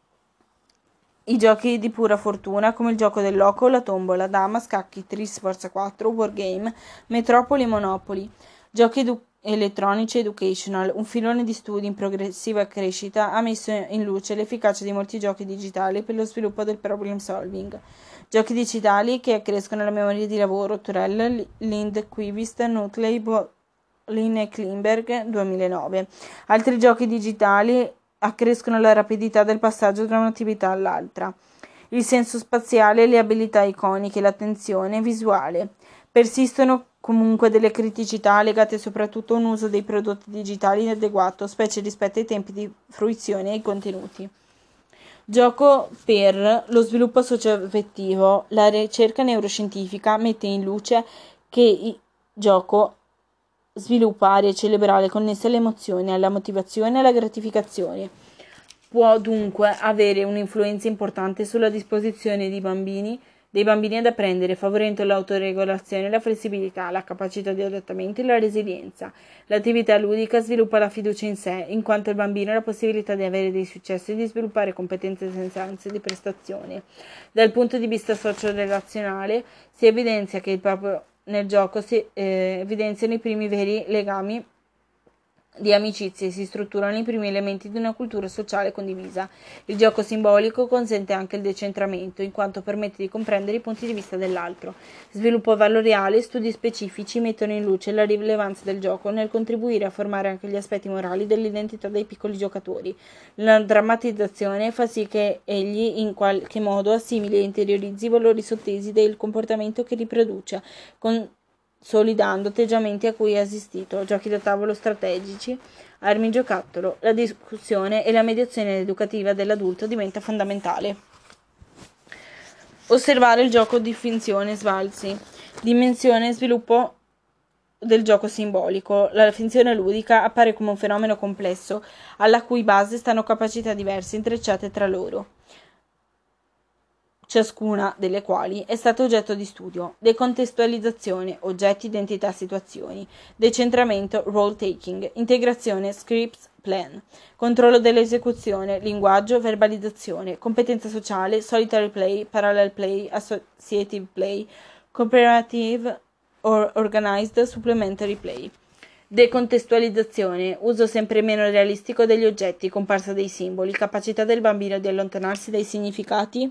Speaker 1: I giochi di pura fortuna, come il gioco del loco, la tombola, dama, scacchi, tris, forza quattro, wargame, metropoli e monopoli. Giochi edu- elettronici educational, un filone di studi in progressiva crescita ha messo in luce l'efficacia di molti giochi digitali per lo sviluppo del problem solving. Giochi digitali che accrescono la memoria di lavoro. Turrell, Lindqvist, Nutley, Bolin e Klimberg, duemilanove. Altri giochi digitali accrescono la rapidità del passaggio da un'attività all'altra, il senso spaziale, le abilità iconiche, l'attenzione visuale. Persistono comunque delle criticità legate soprattutto a un uso dei prodotti digitali inadeguato, specie rispetto ai tempi di fruizione e ai contenuti. Gioco per lo sviluppo socio-affettivo. La ricerca neuroscientifica mette in luce che il gioco sviluppa aree cerebrali connesse alle emozioni, alla motivazione e alla gratificazione. Può dunque avere un'influenza importante sulla disposizione dei bambini, dei bambini ad apprendere, favorendo l'autoregolazione, la flessibilità, la capacità di adattamento e la resilienza. L'attività ludica sviluppa la fiducia in sé, in quanto il bambino ha la possibilità di avere dei successi e di sviluppare competenze senza ansia di prestazione. Dal punto di vista socio-relazionale si evidenzia che proprio nel gioco si eh, evidenziano i primi veri legami di amicizie e si strutturano i primi elementi di una cultura sociale condivisa. Il gioco simbolico consente anche il decentramento, in quanto permette di comprendere i punti di vista dell'altro. Sviluppo valoriale, studi specifici mettono in luce la rilevanza del gioco nel contribuire a formare anche gli aspetti morali dell'identità dei piccoli giocatori. La drammatizzazione fa sì che egli in qualche modo assimili e interiorizzi i valori sottesi del comportamento che riproduce, con consolidando atteggiamenti a cui è assistito. Giochi da tavolo strategici, armi giocattolo, la discussione e la mediazione educativa dell'adulto diventa fondamentale. Osservare il gioco di finzione svalsi. Dimensione e sviluppo del gioco simbolico. La finzione ludica appare come un fenomeno complesso, alla cui base stanno capacità diverse intrecciate tra loro, ciascuna delle quali è stata oggetto di studio. Decontestualizzazione, oggetti, identità, situazioni. Decentramento, role taking. Integrazione, scripts, plan. Controllo dell'esecuzione, linguaggio, verbalizzazione. Competenza sociale, solitary play, parallel play, associative play, cooperative or organized supplementary play. Decontestualizzazione, uso sempre meno realistico degli oggetti, comparsa dei simboli, capacità del bambino di allontanarsi dai significati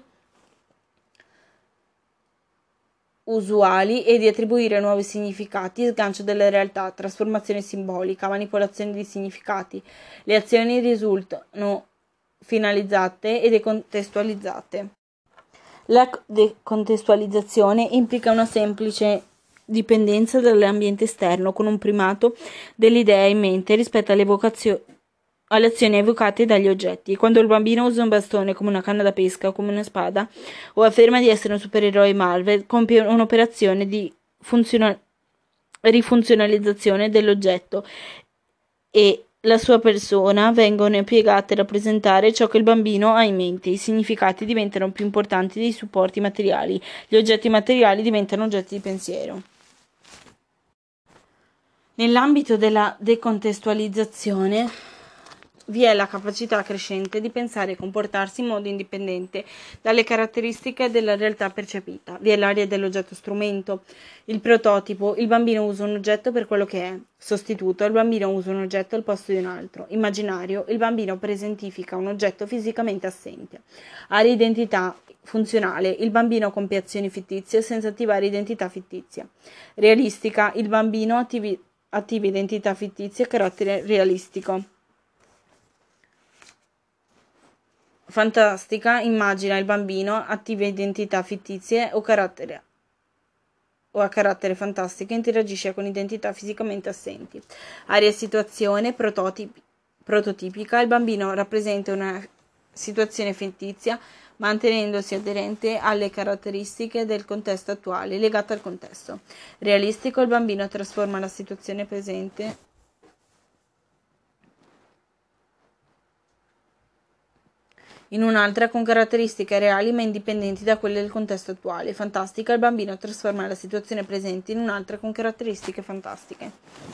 Speaker 1: usuali e di attribuire nuovi significati, sgancio della realtà, trasformazione simbolica, manipolazione di significati. Le azioni risultano finalizzate e decontestualizzate. La decontestualizzazione implica una semplice dipendenza dall'ambiente esterno, con un primato dell'idea in mente rispetto alle vocazioni alle azioni evocate dagli oggetti. Quando il bambino usa un bastone come una canna da pesca o come una spada, o afferma di essere un supereroe Marvel, compie un'operazione di funziona- rifunzionalizzazione dell'oggetto e la sua persona vengono impiegate a rappresentare ciò che il bambino ha in mente. I significati diventano più importanti dei supporti materiali. Gli oggetti materiali diventano oggetti di pensiero. Nell'ambito della decontestualizzazione vi è la capacità crescente di pensare e comportarsi in modo indipendente dalle caratteristiche della realtà percepita. Vi è l'area dell'oggetto strumento, il prototipo, il bambino usa un oggetto per quello che è. Sostituto, il bambino usa un oggetto al posto di un altro. Immaginario, il bambino presentifica un oggetto fisicamente assente. Area identità funzionale, il bambino compie azioni fittizie senza attivare identità fittizia. Realistica, il bambino attivi, attiva identità fittizie a carattere realistico. Fantastica, immagina il bambino attiva identità fittizie o carattere o a carattere fantastico e interagisce con identità fisicamente assenti. Area situazione prototipi, prototipica, il bambino rappresenta una situazione fittizia mantenendosi aderente alle caratteristiche del contesto attuale, legate al contesto. Realistico, il bambino trasforma la situazione presente in un'altra con caratteristiche reali ma indipendenti da quelle del contesto attuale. Fantastica, il bambino trasforma la situazione presente in un'altra con caratteristiche fantastiche.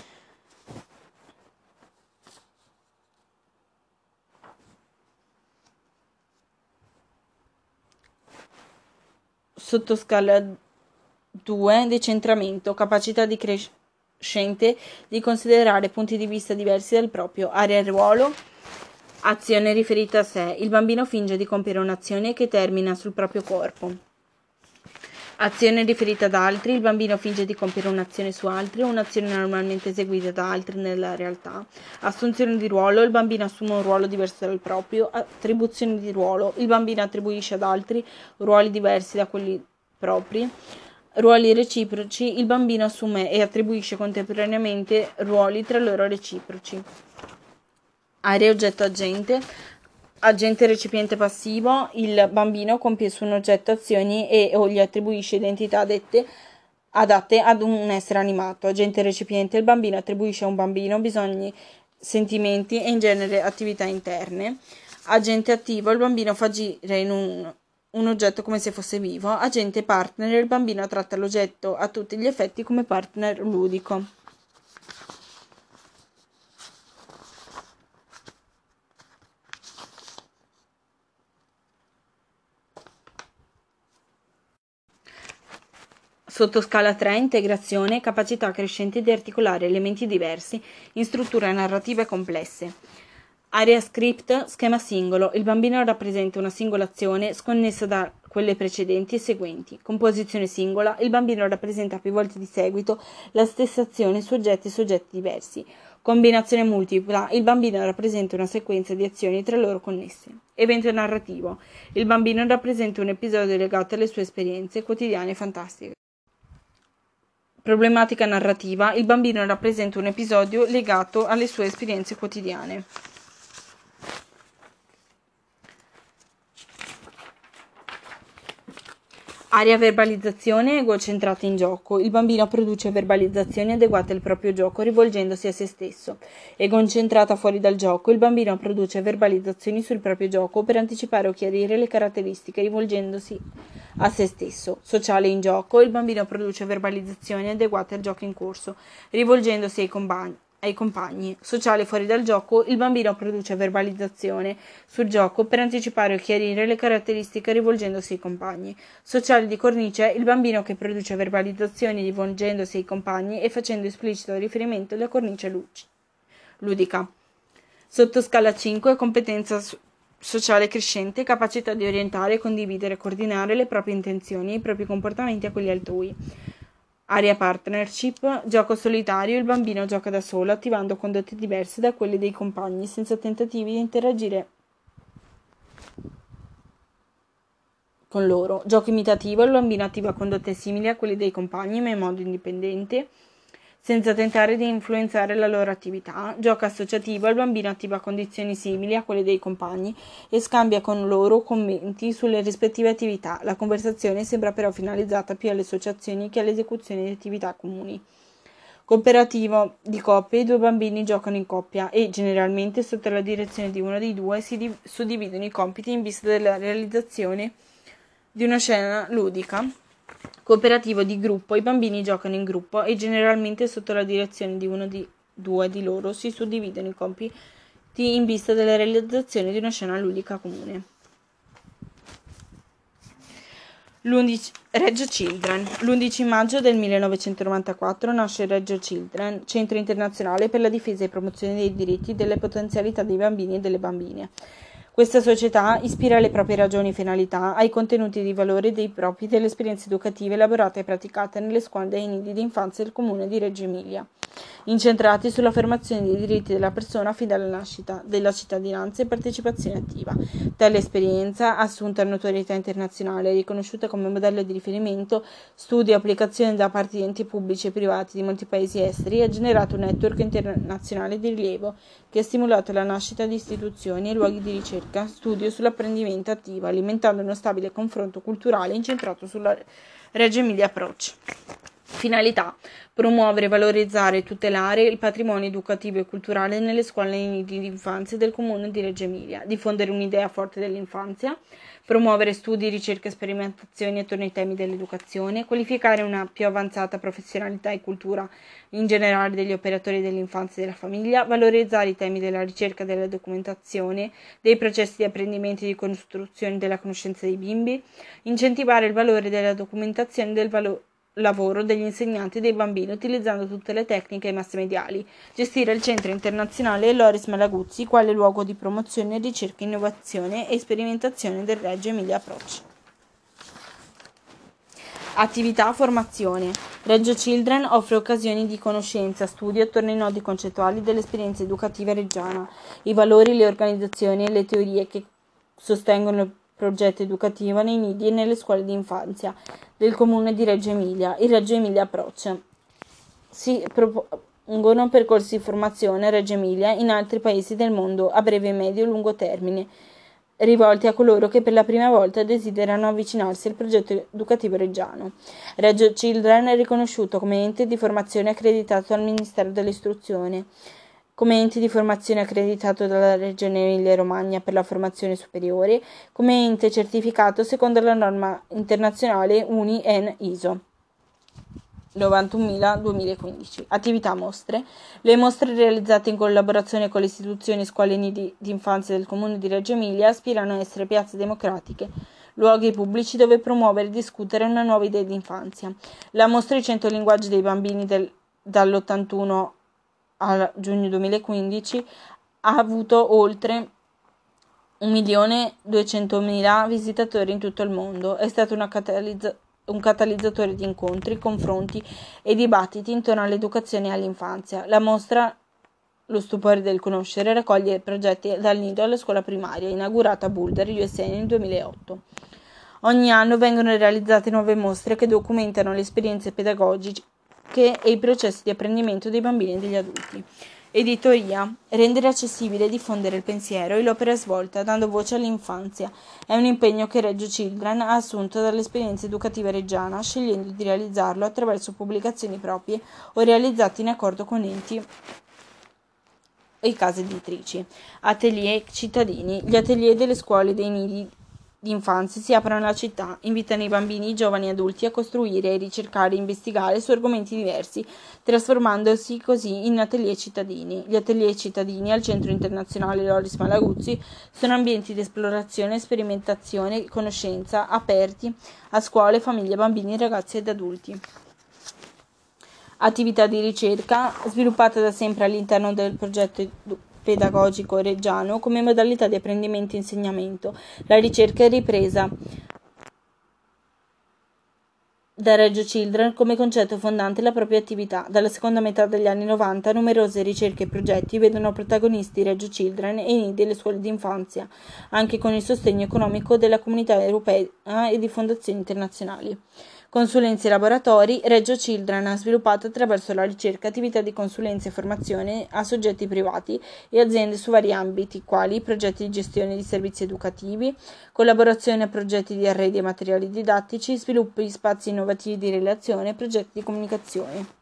Speaker 1: Sottoscala due, decentramento, capacità di crescente di considerare punti di vista diversi dal proprio, area e ruolo. Azione riferita a sé. Il bambino finge di compiere un'azione che termina sul proprio corpo. Azione riferita ad altri. Il bambino finge di compiere un'azione su altri o un'azione normalmente eseguita da altri nella realtà. Assunzione di ruolo. Il bambino assume un ruolo diverso dal proprio. Attribuzione di ruolo. Il bambino attribuisce ad altri ruoli diversi da quelli propri. Ruoli reciproci. Il bambino assume e attribuisce contemporaneamente ruoli tra loro reciproci. Area oggetto agente. Agente recipiente passivo. Il bambino compie su un oggetto azioni e o gli attribuisce identità dette, adatte ad un essere animato. Agente recipiente. Il bambino attribuisce a un bambino bisogni, sentimenti e in genere attività interne. Agente attivo. Il bambino fa agire in un, un oggetto come se fosse vivo. Agente partner. Il bambino tratta l'oggetto a tutti gli effetti come partner ludico. Sottoscala tre, integrazione, capacità crescente di articolare elementi diversi in strutture narrative complesse. Area script, schema singolo. Il bambino rappresenta una singola azione sconnessa da quelle precedenti e seguenti. Composizione singola. Il bambino rappresenta più volte di seguito la stessa azione su oggetti e soggetti diversi. Combinazione multipla. Il bambino rappresenta una sequenza di azioni tra loro connesse. Evento narrativo. Il bambino rappresenta un episodio legato alle sue esperienze quotidiane e fantastiche. Problematica narrativa. Il bambino rappresenta un episodio legato alle sue esperienze quotidiane. Area verbalizzazione, egocentrata in gioco. Il bambino produce verbalizzazioni adeguate al proprio gioco rivolgendosi a se stesso. Egocentrata fuori dal gioco. Il bambino produce verbalizzazioni sul proprio gioco per anticipare o chiarire le caratteristiche rivolgendosi a se stesso. Sociale in gioco. Il bambino produce verbalizzazioni adeguate al gioco in corso rivolgendosi ai compagni. ai compagni. Sociale fuori dal gioco. Il bambino produce verbalizzazione sul gioco per anticipare o chiarire le caratteristiche rivolgendosi ai compagni. Sociale di cornice. Il bambino che produce verbalizzazioni rivolgendosi ai compagni e facendo esplicito riferimento alla cornice luc- ludica. Sottoscala cinque, competenza so- sociale crescente, capacità di orientare, condividere e coordinare le proprie intenzioni e i propri comportamenti a quelli altrui. Area partnership, gioco solitario. Il bambino gioca da solo, attivando condotte diverse da quelle dei compagni, senza tentativi di interagire con loro. Gioco imitativo. Il bambino attiva condotte simili a quelle dei compagni, ma in modo indipendente, senza tentare di influenzare la loro attività. Gioco associativo. Il bambino attiva condizioni simili a quelle dei compagni e scambia con loro commenti sulle rispettive attività. La conversazione sembra però finalizzata più alle associazioni che all'esecuzione di attività comuni. Cooperativo di coppie. I due bambini giocano in coppia e, generalmente, sotto la direzione di uno dei due, si div- suddividono i compiti in vista della realizzazione di una scena ludica. Cooperativo di gruppo. I bambini giocano in gruppo e generalmente sotto la direzione di uno di due di loro si suddividono i compiti in vista della realizzazione di una scena ludica comune. l'undici Reggio Children. L'undici maggio del millenovecentonovantaquattro nasce Reggio Children, Centro Internazionale per la Difesa e Promozione dei Diritti e delle Potenzialità dei Bambini e delle Bambine. Questa società ispira le proprie ragioni e finalità ai contenuti di valore dei propri delle esperienze educative elaborate e praticate nelle scuole e nei nidi di infanzia del comune di Reggio Emilia. incentrati sull'affermazione dei diritti della persona fin dalla nascita, della cittadinanza e partecipazione attiva. Tale esperienza, assunta notorietà internazionale e riconosciuta come modello di riferimento, studio e applicazione da parte di enti pubblici e privati di molti paesi esteri, ha generato un network internazionale di rilievo che ha stimolato la nascita di istituzioni e luoghi di ricerca, studio sull'apprendimento attivo, alimentando uno stabile confronto culturale incentrato sulla Reggio Emilia Approach. Finalità: promuovere, valorizzare e tutelare il patrimonio educativo e culturale nelle scuole e nei nidi di infanzia del comune di Reggio Emilia, diffondere un'idea forte dell'infanzia, promuovere studi, ricerche e sperimentazioni attorno ai temi dell'educazione, qualificare una più avanzata professionalità e cultura in generale degli operatori dell'infanzia e della famiglia, valorizzare i temi della ricerca e della documentazione, dei processi di apprendimento e di costruzione della conoscenza dei bimbi, incentivare il valore della documentazione e del valore lavoro degli insegnanti e dei bambini utilizzando tutte le tecniche e masse mediali, gestire il centro internazionale Loris Malaguzzi quale luogo di promozione, ricerca, innovazione e sperimentazione del Reggio Emilia Approach. Attività formazione. Reggio Children offre occasioni di conoscenza, studio attorno ai nodi concettuali dell'esperienza educativa reggiana, i valori, le organizzazioni e le teorie che sostengono il progetto educativo nei nidi e nelle scuole di infanzia del comune di Reggio Emilia, il Reggio Emilia Approach. Si propongono percorsi di formazione a Reggio Emilia in altri paesi del mondo a breve, medio e lungo termine, rivolti a coloro che per la prima volta desiderano avvicinarsi al progetto educativo reggiano. Reggio Children è riconosciuto come ente di formazione accreditato dal Ministero dell'Istruzione, come ente di formazione accreditato dalla Regione Emilia-Romagna per la formazione superiore, come ente certificato secondo la norma internazionale U N I-N I S O novantunomila duemilaquindici. Attività mostre. Le mostre realizzate in collaborazione con le istituzioni e scuole nidi di infanzia del comune di Reggio Emilia aspirano a essere piazze democratiche, luoghi pubblici dove promuovere e discutere una nuova idea di infanzia. La mostra I cento linguaggi dei bambini del, dall'ottantuno a giugno duemilaquindici ha avuto oltre un milione duecentomila visitatori in tutto il mondo. È stata una catalizzazione un catalizzatore di incontri, confronti e dibattiti intorno all'educazione e all'infanzia. La mostra Lo stupore del conoscere raccoglie progetti dal nido alla scuola primaria, inaugurata a Boulder, U S A nel duemilaotto. Ogni anno vengono realizzate nuove mostre che documentano le esperienze pedagogiche e i processi di apprendimento dei bambini e degli adulti. Editoria. Rendere accessibile e diffondere il pensiero e l'opera svolta, dando voce all'infanzia. È un impegno che Reggio Children ha assunto dall'esperienza educativa reggiana, scegliendo di realizzarlo attraverso pubblicazioni proprie o realizzate in accordo con enti e case editrici. Atelier cittadini. Gli atelier delle scuole dei nidi di infanzia si aprono alla città, invitano i bambini, i giovani e adulti a costruire, ricercare e investigare su argomenti diversi, trasformandosi così in atelier cittadini. Gli atelier cittadini al Centro Internazionale Loris Malaguzzi sono ambienti di esplorazione, sperimentazione e conoscenza aperti a scuole, famiglie, bambini, ragazzi ed adulti. Attività di ricerca sviluppata da sempre all'interno del progetto pedagogico reggiano come modalità di apprendimento e insegnamento. La ricerca è ripresa da Reggio Children come concetto fondante la propria attività. Dalla seconda metà degli anni novanta numerose ricerche e progetti vedono protagonisti Reggio Children e i nidi delle scuole di infanzia, anche con il sostegno economico della comunità europea e di fondazioni internazionali. Consulenze e laboratori. Reggio Children ha sviluppato attraverso la ricerca attività di consulenza e formazione a soggetti privati e aziende su vari ambiti, quali progetti di gestione di servizi educativi, collaborazione a progetti di arredi e materiali didattici, sviluppo di spazi innovativi di relazione e progetti di comunicazione.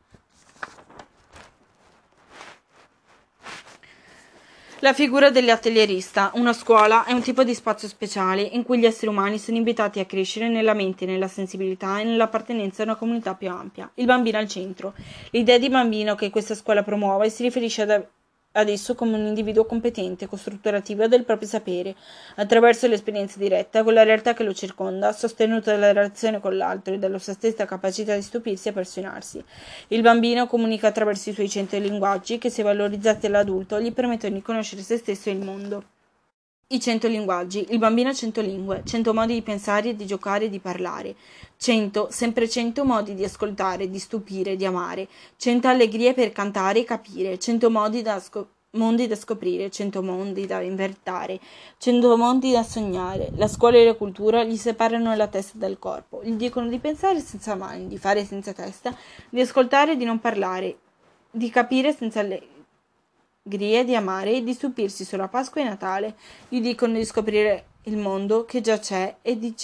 Speaker 1: La figura dell'atelierista. Una scuola è un tipo di spazio speciale in cui gli esseri umani sono invitati a crescere nella mente, nella sensibilità e nell'appartenenza a una comunità più ampia. Il bambino al centro. L'idea di bambino che questa scuola promuove si riferisce ad, ad esso come un individuo competente, costruttore attivo del proprio sapere, attraverso l'esperienza diretta con la realtà che lo circonda, sostenuto dalla relazione con l'altro e dalla sua stessa capacità di stupirsi e appassionarsi. Il bambino comunica attraverso i suoi cento linguaggi che, se valorizzati dall'adulto, gli permettono di conoscere se stesso e il mondo. I cento linguaggi. Il bambino ha cento lingue, cento modi di pensare, di giocare e di parlare. Cento, sempre cento modi di ascoltare, di stupire, di amare. Cento allegrie per cantare e capire. Cento modi da scoprire. Mondi da scoprire, cento mondi da inventare, cento mondi da sognare. La scuola e la cultura gli separano la testa dal corpo, gli dicono di pensare senza mani, di fare senza testa, di ascoltare e di non parlare, di capire senza allegria, di amare e di stupirsi solo a Pasqua e Natale. Gli dicono di scoprire il mondo che già c'è e di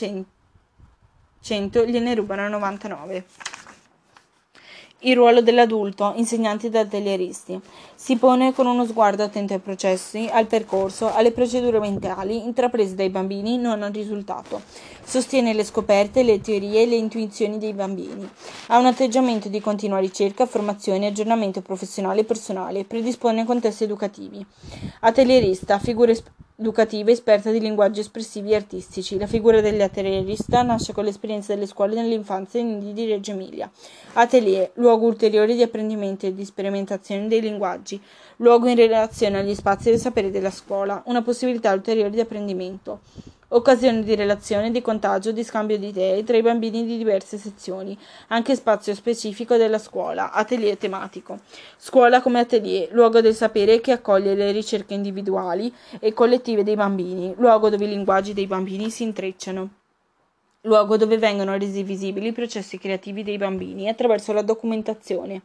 Speaker 1: cento gliene rubano novantanove. Il ruolo dell'adulto, insegnanti ed atelieristi. Si pone con uno sguardo attento ai processi, al percorso, alle procedure mentali intraprese dai bambini non al risultato. Sostiene le scoperte, le teorie e le intuizioni dei bambini. Ha un atteggiamento di continua ricerca, formazione e aggiornamento professionale e personale. Predispone contesti educativi. Atelierista, figura educativa esperta di linguaggi espressivi e artistici. La figura dell'atelierista nasce con l'esperienza delle scuole nell'infanzia in Indie di Reggio Emilia. Atelier, luogo ulteriore di apprendimento e di sperimentazione dei linguaggi, luogo in relazione agli spazi del sapere della scuola, una possibilità ulteriore di apprendimento. Occasione di relazione, di contagio, di scambio di idee tra i bambini di diverse sezioni, anche spazio specifico della scuola, atelier tematico. Scuola come atelier, luogo del sapere che accoglie le ricerche individuali e collettive dei bambini, luogo dove i linguaggi dei bambini si intrecciano. Luogo dove vengono resi visibili i processi creativi dei bambini attraverso la documentazione.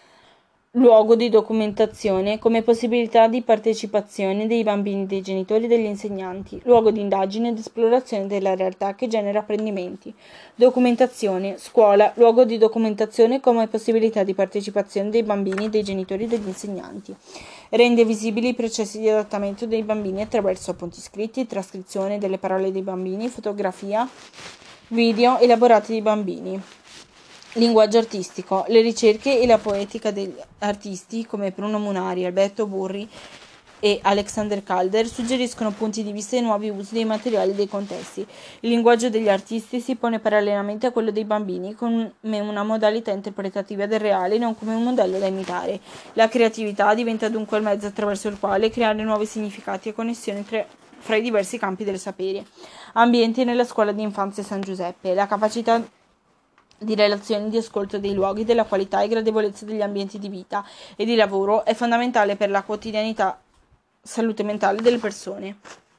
Speaker 1: Luogo di documentazione come possibilità di partecipazione dei bambini, dei genitori e degli insegnanti. Luogo di indagine ed esplorazione della realtà che genera apprendimenti. Documentazione, scuola, luogo di documentazione come possibilità di partecipazione dei bambini, dei genitori e degli insegnanti. Rende visibili i processi di adattamento dei bambini attraverso appunti scritti, trascrizione delle parole dei bambini, fotografia, video elaborati dai bambini. Linguaggio artistico. Le ricerche e la poetica degli artisti come Bruno Munari, Alberto Burri e Alexander Calder suggeriscono punti di vista e nuovi usi dei materiali e dei contesti. Il linguaggio degli artisti si pone parallelamente a quello dei bambini come una modalità interpretativa del reale, non come un modello da imitare. La creatività diventa dunque il mezzo attraverso il quale creare nuovi significati e connessioni tra, fra i diversi campi del sapere. Ambienti nella scuola di infanzia San Giuseppe. La capacità di relazioni, di ascolto dei luoghi, della qualità e gradevolezza degli ambienti di vita e di lavoro è fondamentale per la quotidianità salute mentale delle persone.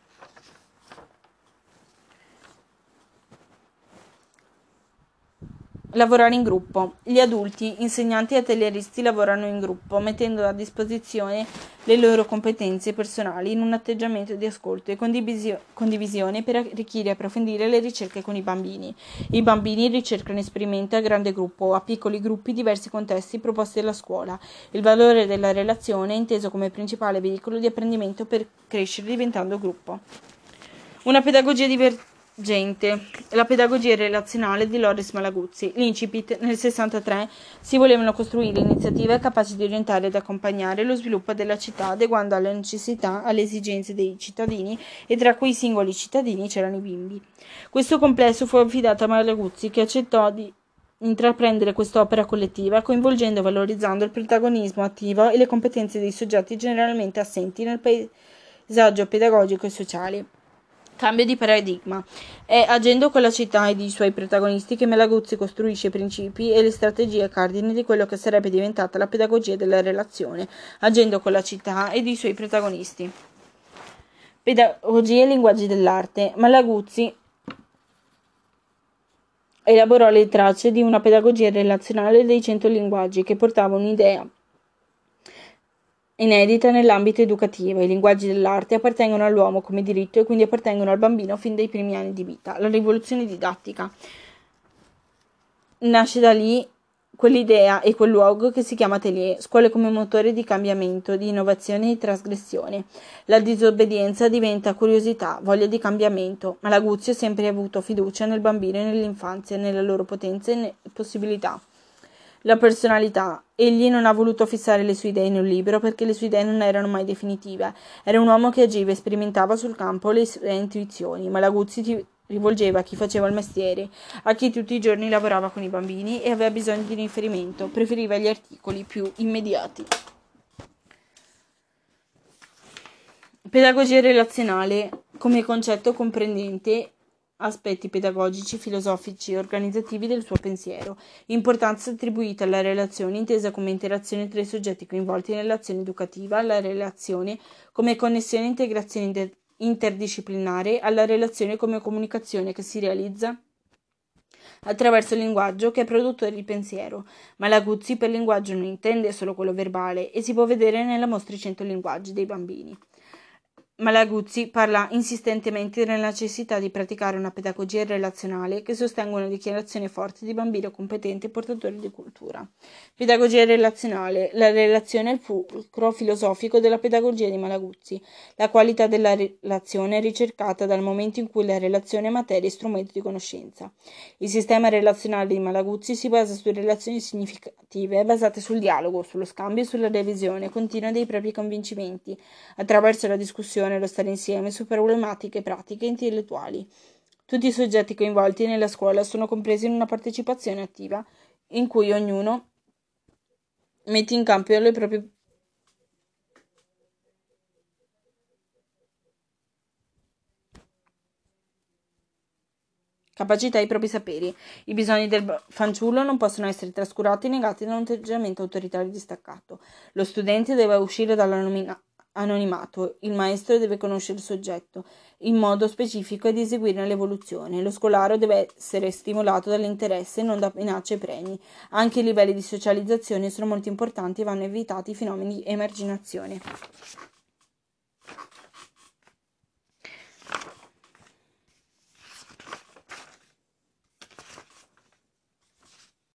Speaker 1: Lavorare in gruppo. Gli adulti, insegnanti e atelieristi lavorano in gruppo, mettendo a disposizione le loro competenze personali in un atteggiamento di ascolto e condivisione, condivisione per arricchire e approfondire le ricerche con i bambini. I bambini ricercano e sperimentano a grande gruppo o a piccoli gruppi diversi contesti proposti dalla scuola. Il valore della relazione è inteso come principale veicolo di apprendimento per crescere diventando gruppo. Una pedagogia divertente. Gente, la pedagogia relazionale di Loris Malaguzzi. L'incipit, nel sessantatré si volevano costruire iniziative capaci di orientare ed accompagnare lo sviluppo della città adeguando alle necessità, alle esigenze dei cittadini e tra quei singoli cittadini c'erano i bimbi. Questo complesso fu affidato a Malaguzzi che accettò di intraprendere quest'opera collettiva coinvolgendo e valorizzando il protagonismo attivo e le competenze dei soggetti generalmente assenti nel paesaggio pedagogico e sociale. Cambio di paradigma. È agendo con la città ed i suoi protagonisti che Malaguzzi costruisce i principi e le strategie cardine di quello che sarebbe diventata la pedagogia della relazione, agendo con la città ed i suoi protagonisti. Pedagogia e linguaggi dell'arte. Malaguzzi elaborò le tracce di una pedagogia relazionale dei cento linguaggi che portava un'idea inedita nell'ambito educativo. I linguaggi dell'arte appartengono all'uomo come diritto e quindi appartengono al bambino fin dai primi anni di vita. La rivoluzione didattica nasce da lì quell'idea e quel luogo che si chiama atelier, scuole come motore di cambiamento, di innovazione e di trasgressione. La disobbedienza diventa curiosità, voglia di cambiamento. Malaguzzi ha sempre avuto fiducia nel bambino e nell'infanzia, nelle loro potenze e nelle possibilità. La personalità. Egli non ha voluto fissare le sue idee in un libro perché le sue idee non erano mai definitive. Era un uomo che agiva e sperimentava sul campo le sue intuizioni. Malaguzzi si rivolgeva a chi faceva il mestiere, a chi tutti i giorni lavorava con i bambini e aveva bisogno di riferimento. Preferiva gli articoli più immediati. Pedagogia relazionale. come concetto comprendente aspetti pedagogici, filosofici e organizzativi del suo pensiero. Importanza attribuita alla relazione intesa come interazione tra i soggetti coinvolti nell'azione educativa, alla relazione come connessione e integrazione inter- interdisciplinare, alla relazione come comunicazione che si realizza attraverso il linguaggio che è produttore di pensiero. Malaguzzi per linguaggio non intende solo quello verbale e si può vedere nella mostra I cento linguaggi dei bambini. Malaguzzi parla insistentemente della necessità di praticare una pedagogia relazionale che sostenga una dichiarazione forte di bambino competente e portatore di cultura. Pedagogia relazionale. La relazione è il fulcro filosofico della pedagogia di Malaguzzi. La qualità della relazione è ricercata dal momento in cui la relazione è materia e strumento di conoscenza. Il sistema relazionale di Malaguzzi si basa su relazioni significative basate sul dialogo, sullo scambio e sulla revisione continua dei propri convincimenti, attraverso la discussione e lo stare insieme su problematiche pratiche e intellettuali. Tutti i soggetti coinvolti nella scuola sono compresi in una partecipazione attiva, in cui ognuno mette in campo le proprie capacità e i propri saperi. I bisogni del fanciullo non possono essere trascurati e negati da un atteggiamento autoritario distaccato. Lo studente deve uscire dall'anonimato, il maestro deve conoscere il soggetto, il modo specifico è di eseguire l'evoluzione. Lo scolaro deve essere stimolato dall'interesse e non da minacce e premi. Anche i livelli di socializzazione sono molto importanti e vanno evitati i fenomeni di emarginazione.